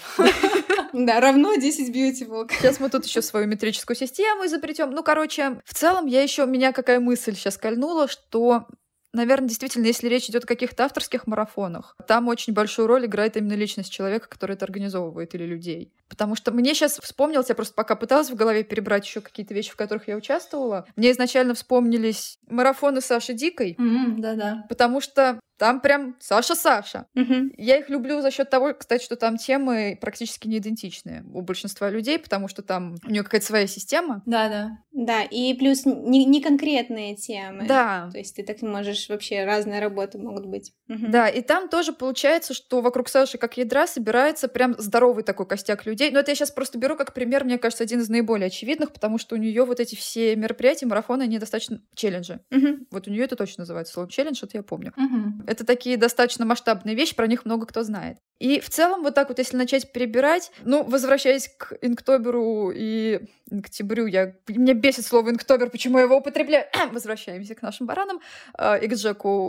Да, равно 10 beautiful. Сейчас мы тут еще свою метрическую систему изобретем. Ну, короче, в целом меня какая мысль сейчас кольнула, что... Наверное, действительно, если речь идет о каких-то авторских марафонах, там очень большую роль играет именно личность человека, который это организовывает, или людей. Потому что мне сейчас вспомнилось, я просто пока пыталась в голове перебрать еще какие-то вещи, в которых я участвовала, мне изначально вспомнились марафоны Саши Дикой, да-да. потому что там прям Саша. Я их люблю за счет того, кстати, что там темы практически не идентичные у большинства людей, потому что там у нее какая-то своя система. Да-да. Да, и плюс не конкретные темы. Да. То есть ты так можешь вообще, разные работы могут быть. Да, и там тоже получается, что вокруг Саши как ядра собирается прям здоровый такой костяк людей. Но это я сейчас просто беру как пример, мне кажется, один из наиболее очевидных, потому что у нее вот эти все мероприятия, марафоны, они достаточно челленджи. Вот у нее это точно называется словом челлендж, это я помню. Это такие достаточно масштабные вещи, про них много кто знает. И в целом вот так вот, если начать перебирать, ну, возвращаясь к Инктоберу и Октябрю, меня бесит слово Инктобер, почему я его употребляю. Возвращаемся к нашим баранам. И к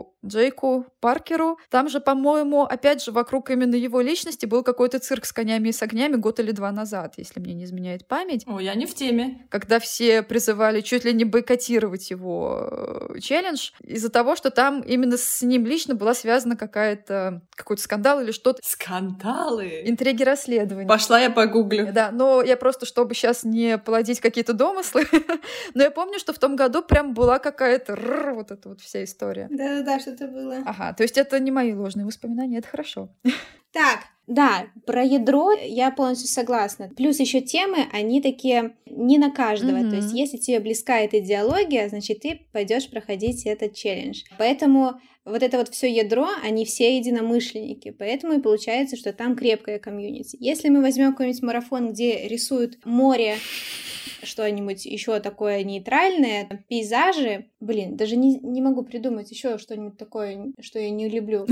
Джейку Паркеру. Там же, по-моему, опять же, вокруг именно его личности был какой-то цирк с конями и с огнями год или 2 назад, если мне не изменяет память. О, я не в теме. Когда все призывали чуть ли не бойкотировать его челлендж из-за того, что там именно с ним лично была связана какой-то скандал или что-то. Скандалы? Интриги расследования. Пошла я погуглю. Да, но я просто, чтобы сейчас не плодить какие-то домыслы, но я помню, что в том году прям была какая-то вот эта вот вся история. Да-да-да, что-то было. Ага, то есть это не мои ложные воспоминания, это хорошо. Так, да, про ядро я полностью согласна. Плюс еще темы, они такие не на каждого. То есть, если тебе близка эта идеология, значит, ты пойдешь проходить этот челлендж. Поэтому вот это вот все ядро, они все единомышленники. Поэтому и получается, что там крепкая комьюнити. Если мы возьмем какой-нибудь марафон, где рисуют море, что-нибудь еще такое нейтральное, пейзажи, даже не могу придумать еще что-нибудь такое, что я не люблю.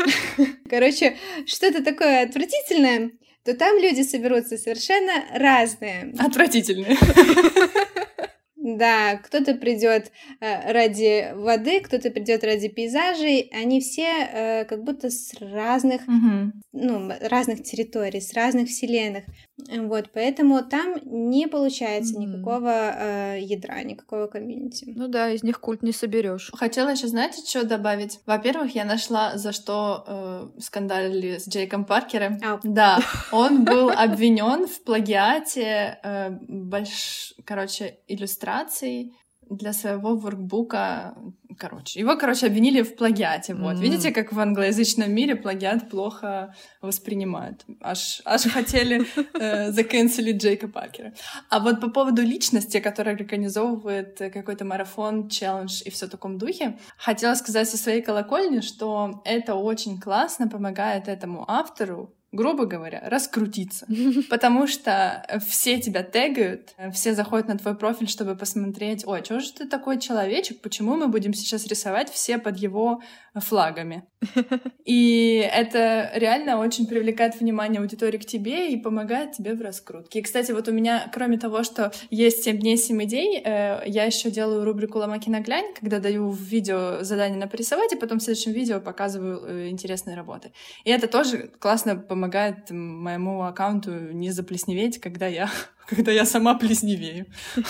Короче, что-то такое отвратительное, то там люди соберутся совершенно разные. Отвратительные. Да, кто-то придет ради воды, кто-то придет ради пейзажей. Они все как будто с разных, разных территорий, с разных вселенных. Вот, поэтому там не получается никакого ядра, никакого комьюнити. Ну да, из них культ не соберешь. Хотела еще, знаете, что добавить? Во-первых, я нашла, за что скандалили с Джейком Паркером. Да, он был обвинен в плагиате иллюстраций для своего воркбука. Его, обвинили в плагиате. Вот. Видите, как в англоязычном мире плагиат плохо воспринимают. Аж хотели закэнселить Джейка Паркера. А вот по поводу личности, которая организовывает какой-то марафон, челлендж и все в таком духе, хотела сказать со своей колокольни, что это очень классно помогает этому автору, грубо говоря, раскрутиться. Потому что все тебя тегают, все заходят на твой профиль, чтобы посмотреть, ой, чё же ты такой человечек, почему мы будем сейчас рисовать все под его флагами? И это реально очень привлекает внимание аудитории к тебе и помогает тебе в раскрутке. И, кстати, вот у меня, кроме того, что есть 7 дней, 7 идей, я еще делаю рубрику «Ломаки на глянь», когда даю в видео задание на порисовать, и потом в следующем видео показываю интересные работы. И это тоже классно помогает моему аккаунту не заплесневеть, когда я сама плесневею.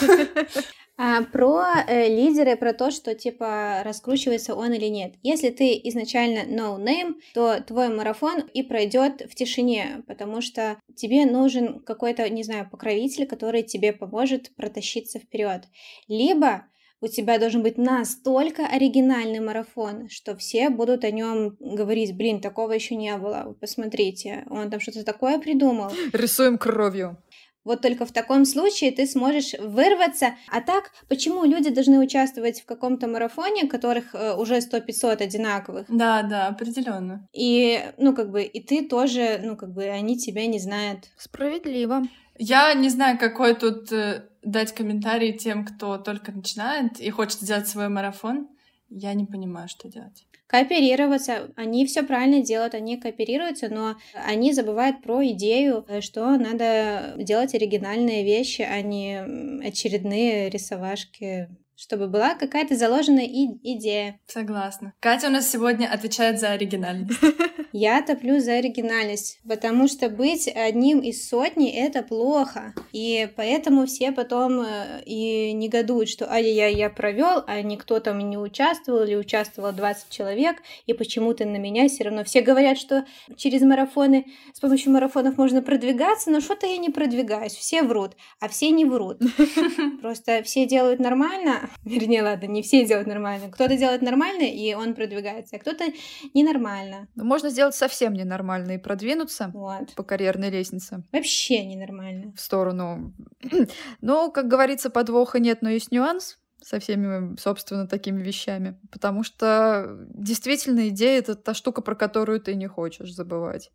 Про лидеры, про то, что, типа, раскручивается он или нет. Если ты изначально no-name, то твой марафон и пройдет в тишине, потому что тебе нужен какой-то, не знаю, покровитель, который тебе поможет протащиться вперед. Либо у тебя должен быть настолько оригинальный марафон, что все будут о нем говорить, блин, такого еще не было, посмотрите, он там что-то такое придумал. Рисуем кровью. Вот только в таком случае ты сможешь вырваться. А так, почему люди должны участвовать в каком-то марафоне, которых уже 100-500 одинаковых? Да, определенно. И, и ты тоже, они тебя не знают. Справедливо. Я не знаю, какой тут дать комментарий тем, кто только начинает и хочет сделать свой марафон. Я не понимаю, что делать. Кооперироваться. Они все правильно делают, они кооперируются, но они забывают про идею, что надо делать оригинальные вещи, а не очередные рисовашки, чтобы была какая-то заложенная идея. Согласна. Катя у нас сегодня отвечает за оригинальность. Я топлю за оригинальность, потому что быть одним из сотни — это плохо. И поэтому все потом и негодуют, что ай-яй-яй, я провел, а никто там не участвовал, или участвовало 20 человек, и почему-то на меня все равно. Все говорят, что через марафоны, с помощью марафонов можно продвигаться, но что-то я не продвигаюсь. Все врут, а все не врут. Просто все делают нормально. Вернее, ладно, не все делают нормально. Кто-то делает нормально, и он продвигается, а кто-то ненормально. Можно сделать совсем ненормально и продвинуться по карьерной лестнице. Вообще ненормально. В сторону. Но, как говорится, подвоха нет, но есть нюанс со всеми, собственно, такими вещами. Потому что действительно идея — это та штука, про которую ты не хочешь забывать.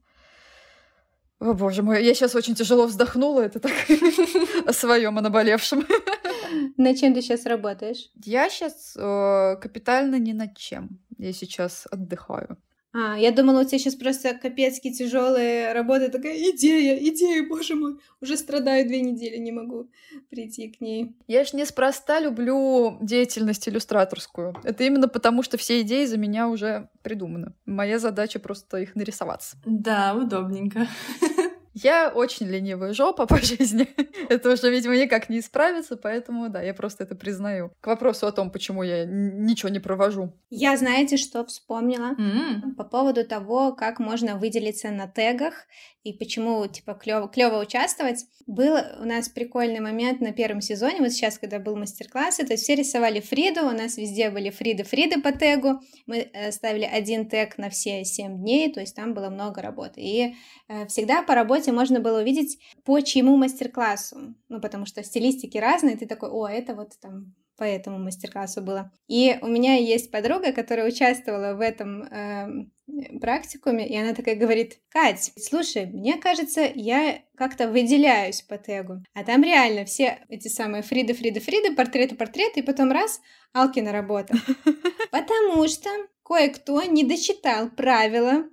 О, боже мой, я сейчас очень тяжело вздохнула, это так о своем, о наболевшем. Над чем ты сейчас работаешь? Я сейчас капитально ни над чем. Я сейчас отдыхаю. Я думала, у тебя сейчас просто капецки тяжелая работа, такая идея, боже мой, уже страдаю 2 недели, не могу прийти к ней. Я ж неспроста люблю деятельность иллюстраторскую. Это именно потому, что все идеи за меня уже придуманы. Моя задача просто их нарисоваться. Да, удобненько. Я очень ленивая жопа по жизни. Это уже, видимо, никак не исправится, поэтому, да, я просто это признаю. К вопросу о том, почему я ничего не провожу. Я, знаете, что вспомнила? По поводу того, как можно выделиться на тегах и почему, типа, клево участвовать. Был у нас прикольный момент на 1 сезоне, вот сейчас, когда был мастер-класс, то есть все рисовали Фриду, у нас везде были Фриды по тегу, мы ставили 1 тег на все 7 дней, то есть там было много работы. И всегда по работе можно было увидеть, по чьему мастер-классу, потому что стилистики разные, ты такой, это вот там по этому мастер-классу было. И у меня есть подруга, которая участвовала в этом практикуме, и она такая говорит: Кать, слушай, мне кажется, я как-то выделяюсь по тегу. А там реально все эти самые Фриды, портреты, и потом раз, Алкина работа. Потому что кое-кто не дочитал правила,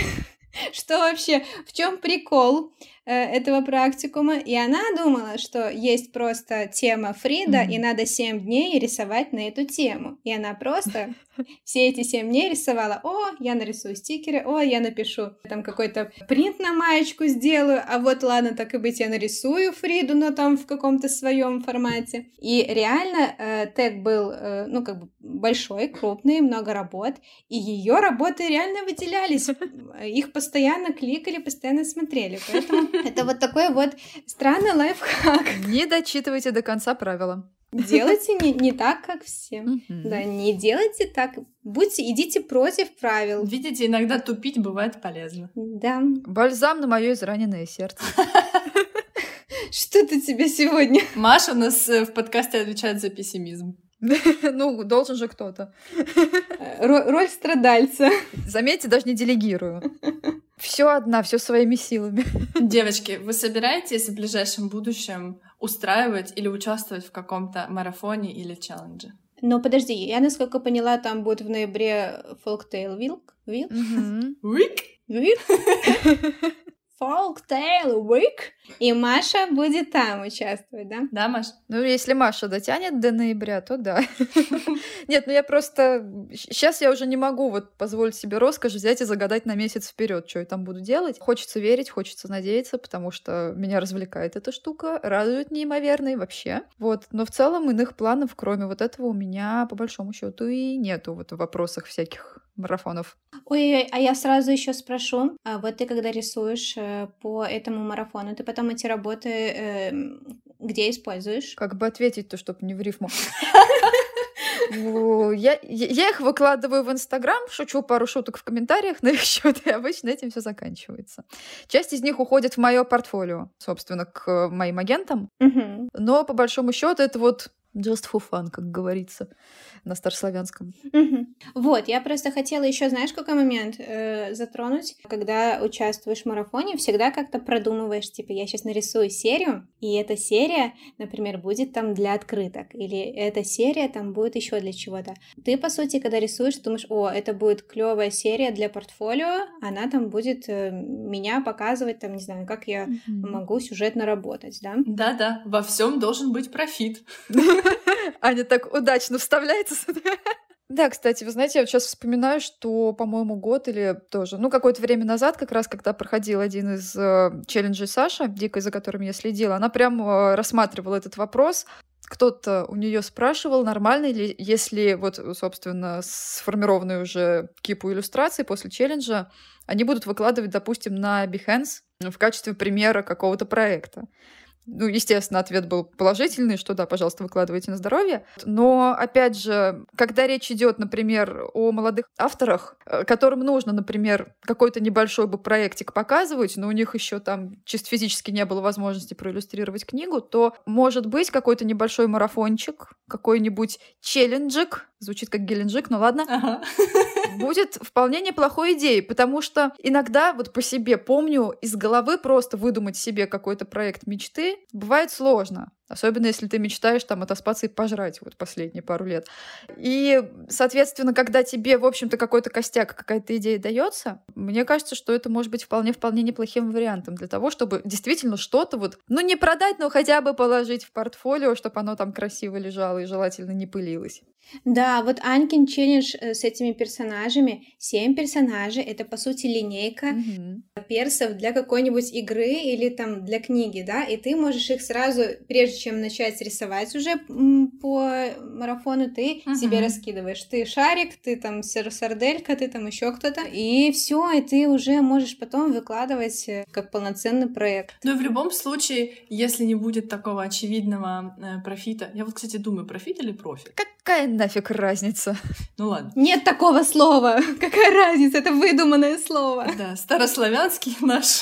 что вообще, в чем прикол этого практикума, и она думала, что есть просто тема Фрида, и надо 7 дней рисовать на эту тему. И она просто все эти 7 дней рисовала: я нарисую стикеры, я напишу там какой-то принт на маечку сделаю, а вот ладно, так и быть, я нарисую Фриду, но там в каком-то своем формате. И реально тег был, большой, крупный, много работ, и ее работы реально выделялись. Их постоянно кликали, постоянно смотрели, поэтому это вот такой вот странный лайфхак. Не дочитывайте до конца правила. Делайте не так, как все. Да, не делайте так. Идите против правил. Видите, иногда тупить бывает полезно. Да. Бальзам на мое израненное сердце. Что-то тебе сегодня? Маша у нас в подкасте отвечает за пессимизм. Ну, должен же кто-то. Роль страдальца. Заметьте, даже не делегирую. Все одна, все своими силами. Девочки, вы собираетесь в ближайшем будущем устраивать или участвовать в каком-то марафоне или челлендже? Но подожди, я, насколько поняла, там будет в ноябре Folktale Week? Week? Folktale Week. И Маша будет там участвовать, да? Да, Маш? Ну, если Маша дотянет до ноября, то да. Нет, ну я просто... Сейчас я уже не могу вот позволить себе роскошь взять и загадать на месяц вперед, что я там буду делать. Хочется верить, хочется надеяться, потому что меня развлекает эта штука, радует неимоверно и вообще. Вот. Но в целом иных планов, кроме вот этого, у меня по большому счету и нету вот в вопросах всяких марафонов. Ой, а я сразу еще спрошу, вот ты когда рисуешь по этому марафону, ты потом эти работы где используешь? Как бы ответить-то, чтобы не в рифму. Я их выкладываю в Инстаграм, шучу пару шуток в комментариях на их счет, и обычно этим все заканчивается. Часть из них уходит в мое портфолио, собственно, к моим агентам. Но по большому счету это вот just for fun, как говорится на старославянском. Вот, я просто хотела еще, знаешь, какой момент затронуть? Когда участвуешь в марафоне, всегда как-то продумываешь, типа, я сейчас нарисую серию, и эта серия, например, будет там для открыток, или эта серия там будет еще для чего-то. Ты, по сути, когда рисуешь, думаешь, это будет клевая серия для портфолио, она там будет меня показывать, там, не знаю, как я могу сюжетно работать, да? Да-да, во всем должен быть профит. Аня так удачно вставляется. Да, кстати, вы знаете, я вот сейчас вспоминаю, что, по-моему, год или тоже, какое-то время назад, как раз, когда проходил один из челленджей Саша, дикой, за которым я следила, она прям рассматривала этот вопрос. Кто-то у нее спрашивал, нормально ли, если вот, собственно, сформированную уже кипу иллюстраций после челленджа они будут выкладывать, допустим, на Behance в качестве примера какого-то проекта. Естественно, ответ был положительный, что да, пожалуйста, выкладывайте на здоровье. Но, опять же, когда речь идет, например, о молодых авторах, которым нужно, например, какой-то небольшой бы проектик показывать, но у них еще там чисто физически не было возможности проиллюстрировать книгу, то может быть какой-то небольшой марафончик, какой-нибудь челленджик, звучит как Геленджик, но ладно, будет вполне неплохой идеей, потому что иногда вот по себе помню, из головы просто выдумать себе какой-то проект мечты бывает сложно. Особенно, если ты мечтаешь там отоспаться и пожрать вот последние пару лет. И, соответственно, когда тебе, в общем-то, какой-то костяк, какая-то идея дается, мне кажется, что это может быть вполне неплохим вариантом для того, чтобы действительно что-то вот, не продать, но хотя бы положить в портфолио, чтобы оно там красиво лежало и желательно не пылилось. Да, вот Анькин челлендж с этими персонажами, 7 персонажей, это, по сути, линейка персов для какой-нибудь игры или там для книги, да, и ты можешь их сразу, прежде чем начать рисовать уже по марафону, ты себе раскидываешь. Ты шарик, ты там сарделька, ты там еще кто-то, и все, и ты уже можешь потом выкладывать как полноценный проект. Но в любом случае, если не будет такого очевидного профита, я вот, кстати, думаю, профит или профит? Какая нафиг разница? Ну ладно. Нет такого слова. Какая разница? Это выдуманное слово. Да, старославянский наш.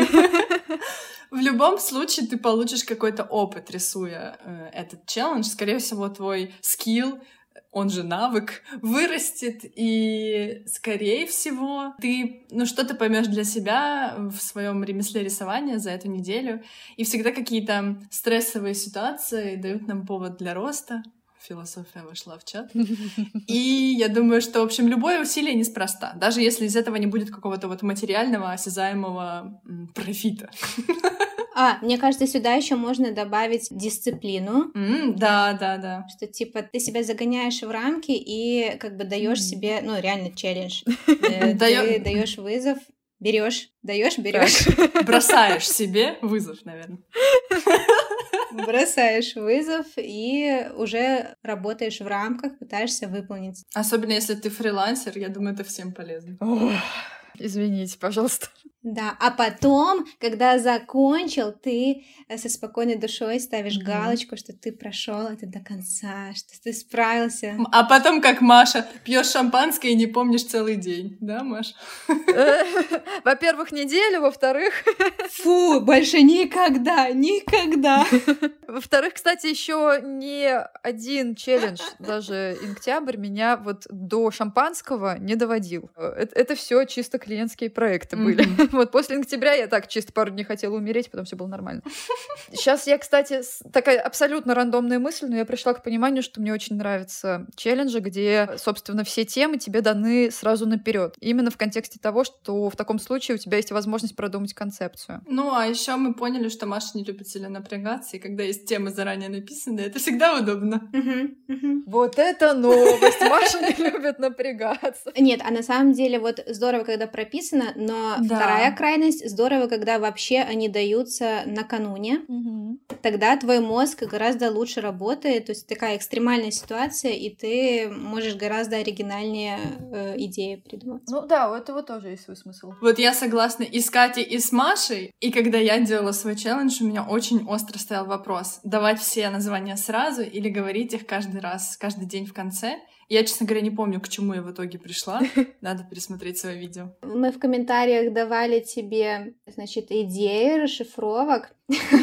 В любом случае ты получишь какой-то опыт, рисуя этот челлендж. Скорее всего, твой скилл, он же навык, вырастет, и, скорее всего, ты что-то поймешь для себя в своем ремесле рисования за эту неделю. И всегда какие-то стрессовые ситуации дают нам повод для роста. Философия вошла в чат. И я думаю, что, в общем, любое усилие неспроста, даже если из этого не будет какого-то вот материального, осязаемого профита. Мне кажется, сюда еще можно добавить дисциплину. Да. Что, типа, ты себя загоняешь в рамки и как бы даешь себе, реально челлендж. Ты даешь вызов, берешь. Бросаешь себе вызов, наверное. Бросаешь вызов и уже работаешь в рамках, пытаешься выполнить. Особенно если ты фрилансер, я думаю, это всем полезно. Извините, пожалуйста. Да, а потом, когда закончил, ты со спокойной душой ставишь галочку, что ты прошел это до конца, что ты справился. А потом, как Маша, пьешь шампанское и не помнишь целый день, да, Маш? Во-первых, неделю, во-вторых... Фу, больше никогда. Во-вторых, кстати, еще не один челлендж, даже Инктябрь, меня вот до шампанского не доводил. Это все чисто клиентские проекты были. Вот после Инктября я так чисто пару дней хотела умереть, потом все было нормально. Сейчас я, кстати, такая абсолютно рандомная мысль, но я пришла к пониманию, что мне очень нравятся челленджи, где, собственно, все темы тебе даны сразу наперед. Именно в контексте того, что в таком случае у тебя есть возможность продумать концепцию. Ну, а еще мы поняли, что Маша не любит сильно напрягаться, и когда есть темы заранее написанные, это всегда удобно. Вот это новость! Маша не любит напрягаться. Нет, а на самом деле вот здорово, когда прописано, но вторая крайность, здорово, когда вообще они даются накануне. Тогда твой мозг гораздо лучше работает, то есть такая экстремальная ситуация, и ты можешь гораздо оригинальнее идеи придумать. Ну да, у этого тоже есть свой смысл. Вот я согласна и с Катей, и с Машей, и когда я делала свой челлендж, у меня очень остро стоял вопрос, давать все названия сразу или говорить их каждый раз, каждый день в конце. Я, честно говоря, не помню, к чему я в итоге пришла. Надо пересмотреть свое видео. Мы в комментариях давали тебе, значит, идеи расшифровок.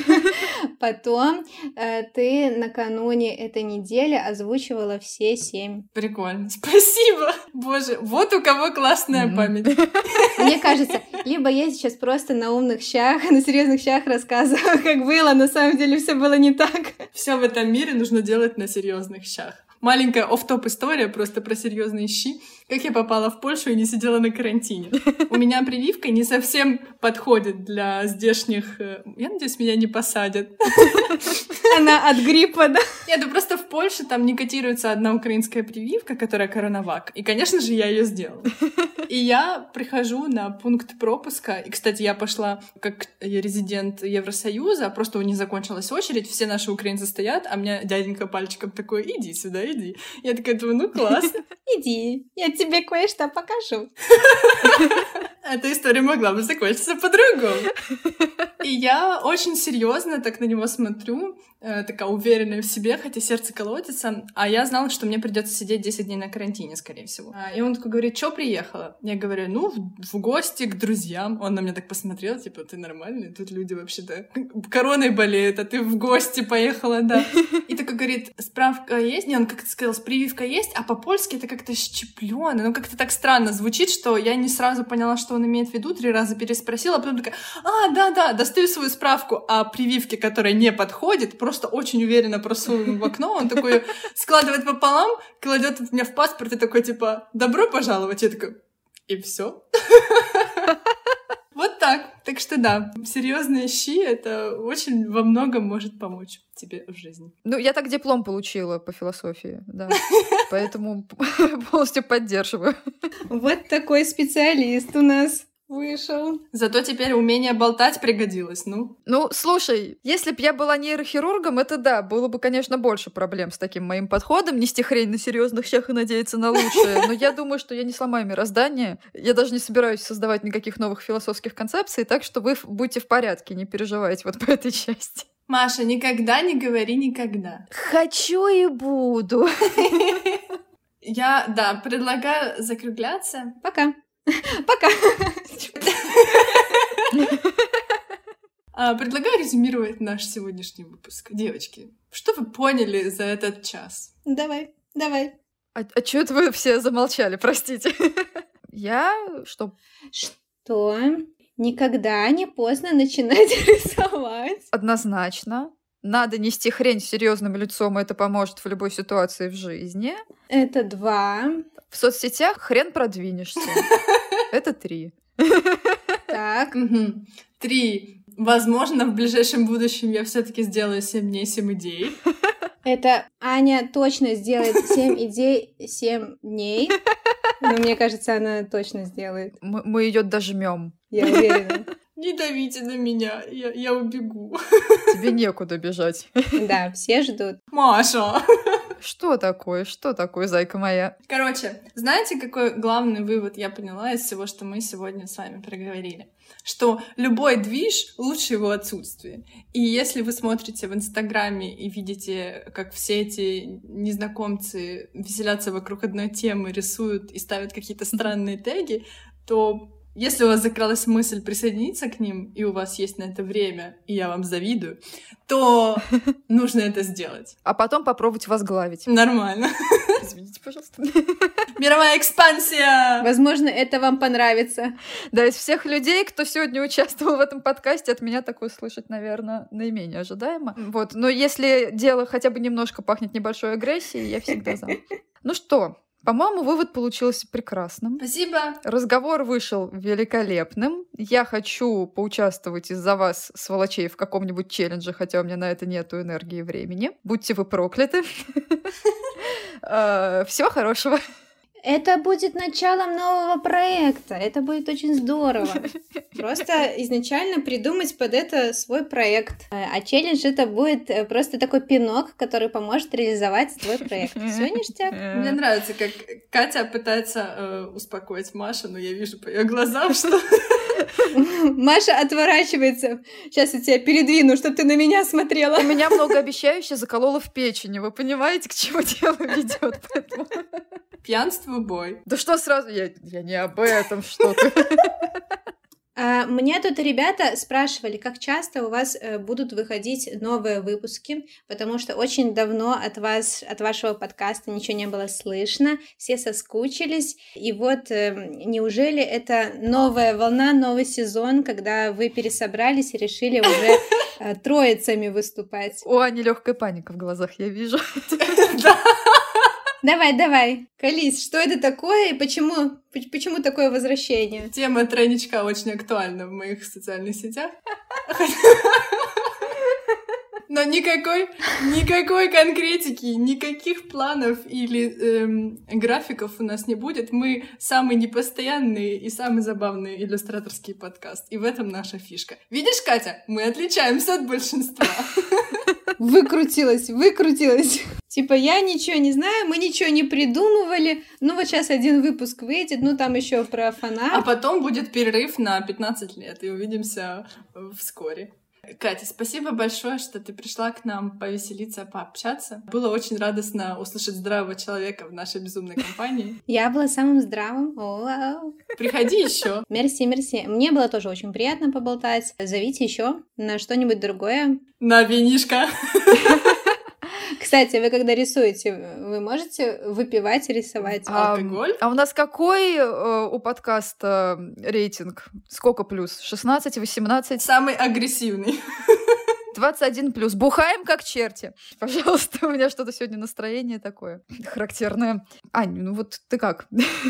Потом ты накануне этой недели озвучивала все 7. Прикольно. Спасибо. Боже, вот у кого классная память. Мне кажется, либо я сейчас просто на умных щах, на серьезных щах рассказываю, как было, на самом деле все было не так. Все в этом мире нужно делать на серьезных щах. Маленькая офф-топ история просто про серьезные щи. Как я попала в Польшу и не сидела на карантине. У меня прививка не совсем подходит для здешних... Я надеюсь, меня не посадят. Она от гриппа, да? Нет, ну просто в Польше там не котируется одна украинская прививка, которая коронавак. И, конечно же, я ее сделала. И я прихожу на пункт пропуска. И, кстати, я пошла как резидент Евросоюза. Просто у них закончилась очередь. Все наши украинцы стоят, а меня дяденька пальчиком такой: иди сюда, иди. Я такая думаю, ну классно. Иди, я тебе кое-что покажу. Эта история могла бы закончиться по-другому. И я очень серьезно так на него смотрю, такая уверенная в себе, хотя сердце колотится. А я знала, что мне придется сидеть 10 дней на карантине, скорее всего. И он такой говорит: чё приехала? Я говорю: ну, в гости к друзьям. Он на меня так посмотрел, типа, ты нормальный? Тут люди вообще-то короной болеют, а ты в гости поехала, да. И такой говорит: справка есть? Не, он как-то сказал, прививка есть, а по-польски это как-то щеплёно. Ну, как-то так странно звучит, что я не сразу поняла, что он имеет в виду, 3 раза переспросила, а потом такая: да, достаю свою справку о прививке, которая не подходит, просто очень уверенно просунул в окно, он такой складывает пополам, кладет меня в паспорт и такой, типа, добро пожаловать. Я такая: и все. Вот так. Так что да, серьезные щи — это очень во многом может помочь тебе в жизни. Ну, я так диплом получила по философии, да. Поэтому полностью поддерживаю. Вот такой специалист у нас вышел. Зато теперь умение болтать пригодилось, ну. Ну, слушай, если б я была нейрохирургом, это да, было бы, конечно, больше проблем с таким моим подходом, нести хрень на серьезных щах и надеяться на лучшее. Но я думаю, что я не сломаю мироздание. Я даже не собираюсь создавать никаких новых философских концепций, так что вы будьте в порядке, не переживайте вот по этой части. Маша, никогда не говори никогда. Хочу и буду. Я, да, предлагаю закругляться. Пока. Пока. Предлагаю резюмировать наш сегодняшний выпуск. Девочки, что вы поняли за этот час? Давай. А чё это вы все замолчали, простите? Я что? Что? Никогда не поздно начинать рисовать. Однозначно. Надо нести хрень с серьезным лицом, и это поможет в любой ситуации в жизни. Это 2. В соцсетях хрен продвинешься. Это 3. Так. 3. Возможно, в ближайшем будущем я все-таки сделаю 7 дней, 7 идей. Это Аня точно сделает 7 идей, 7 дней. Но мне кажется, она точно сделает. Мы ее дожмем. Я уверена. Не давите на меня, я убегу. Тебе некуда бежать. Да, все ждут. Маша! Что такое? Что такое, зайка моя? Короче, знаете, какой главный вывод я поняла из всего, что мы сегодня с вами проговорили? Что любой движ лучше его отсутствие. И если вы смотрите в Инстаграме и видите, как все эти незнакомцы веселятся вокруг одной темы, рисуют и ставят какие-то странные теги, то если у вас закралась мысль присоединиться к ним, и у вас есть на это время, и я вам завидую, то нужно это сделать. А потом попробовать возглавить. Нормально. Извините, пожалуйста. Мировая экспансия! Возможно, это вам понравится. Да, из всех людей, кто сегодня участвовал в этом подкасте, от меня такое слышать, наверное, наименее ожидаемо. Вот. Но если дело хотя бы немножко пахнет небольшой агрессией, я всегда за. Ну что, по-моему, вывод получился прекрасным. Спасибо. Разговор вышел великолепным. Я хочу поучаствовать из-за вас, сволочей, в каком-нибудь челлендже, хотя у меня на это нету энергии и времени. Будьте вы прокляты. Всего хорошего. Это будет началом нового проекта. Это будет очень здорово. Просто изначально придумать под это свой проект. А челлендж это будет просто такой пинок, который поможет реализовать твой проект. Все ништяк. Мне нравится, как Катя пытается успокоить Машу, но я вижу по ее глазам, что... Маша отворачивается. Сейчас я тебя передвину, чтобы ты на меня смотрела. У меня многообещающе заколола в печени. Вы понимаете, к чему дело ведет? Пьянство бой. Да что сразу? Я не об этом, что ты. Мне тут ребята спрашивали, как часто у вас будут выходить новые выпуски, потому что очень давно от вашего подкаста ничего не было слышно, все соскучились, и вот неужели это новая волна, новый сезон, когда вы пересобрались и решили уже троицами выступать? У Ани легкая паника в глазах, я вижу. Да. Давай, колись, что это такое и почему такое возвращение? Тема тройничка очень актуальна в моих социальных сетях. Но никакой конкретики, никаких планов или графиков у нас не будет. Мы самый непостоянный и самый забавный иллюстраторский подкаст. И в этом наша фишка. Видишь, Катя, мы отличаемся от большинства. Выкрутилась. Типа, я ничего не знаю, мы ничего не придумывали. Ну, вот сейчас один выпуск выйдет, ну, там еще про фанат. А потом будет перерыв на 15 лет, и увидимся вскоре. Катя, спасибо большое, что ты пришла к нам повеселиться, пообщаться. Было очень радостно услышать здравого человека в нашей безумной компании. Я была самым здравым. Вау. Приходи еще. Мерси. Мне было тоже очень приятно поболтать. Зовите еще на что-нибудь другое. На винишко. Кстати, вы когда рисуете, вы можете выпивать и рисовать? Алкоголь? А у нас какой у подкаста рейтинг? Сколько плюс? 16, 18? Самый агрессивный. 21 плюс. Бухаем как черти. Пожалуйста, у меня что-то сегодня настроение такое характерное. Ань, ну вот ты как?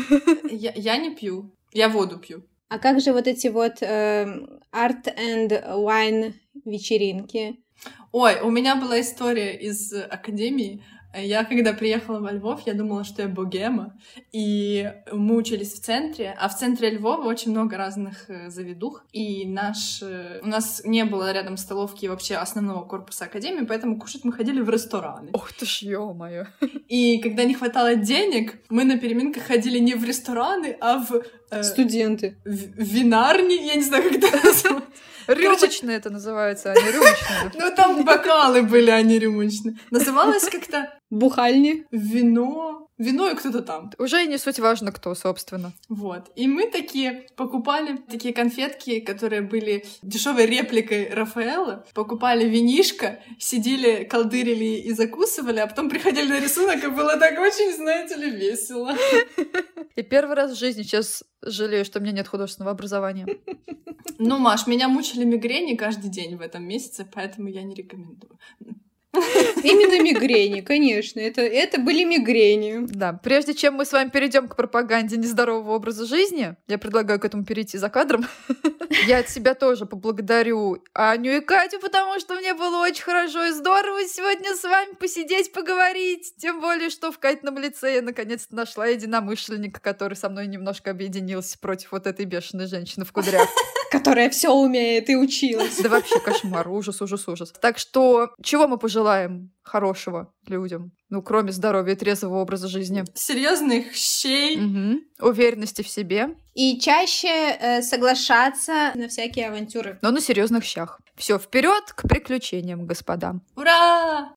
Я не пью. Я воду пью. А как же вот эти вот art and wine вечеринки? Ой, у меня была история из академии. Я, когда приехала во Львов, я думала, что я богема, и мы учились в центре, а в центре Львова очень много разных заведух, и у нас не было рядом столовки вообще основного корпуса академии, поэтому кушать мы ходили в рестораны. Ох ты ж, ё-моё. И когда не хватало денег, мы на переменках ходили не в рестораны, а в... Студенты. В винарни, я не знаю, как это называется. Рюмочные это называется, а не рюмочные. Ну, там бокалы были, а не рюмочные. Называлось как-то... Бухальни. Вино и кто-то там. Уже и не суть важно, кто, собственно. Вот. И мы покупали такие конфетки, которые были дешевой репликой Рафаэла. Покупали винишко, сидели, колдырили и закусывали, а потом приходили на рисунок, и было так очень, знаете ли, весело. И первый раз в жизни сейчас жалею, что у меня нет художественного образования. Ну, Маш, меня мучили мигрени каждый день в этом месяце, поэтому я не рекомендую. Именно мигрени, конечно. Это были мигрени. Да, прежде чем мы с вами перейдем к пропаганде нездорового образа жизни, я предлагаю к этому перейти за кадром. Я от себя тоже поблагодарю Аню и Катю, потому что мне было очень хорошо и здорово сегодня с вами посидеть, поговорить. Тем более, что в Катином лице я наконец-то нашла единомышленника, который со мной немножко объединился против вот этой бешеной женщины в кудрях. которая все умеет и училась. Да вообще кошмар, ужас, ужас, ужас. Так что чего мы пожелаем хорошего людям? Ну, кроме здоровья и трезвого образа жизни. Серьезных щей. Уверенности в себе. И чаще соглашаться на всякие авантюры. Но на серьезных щах. Все, вперед к приключениям, господа. Ура!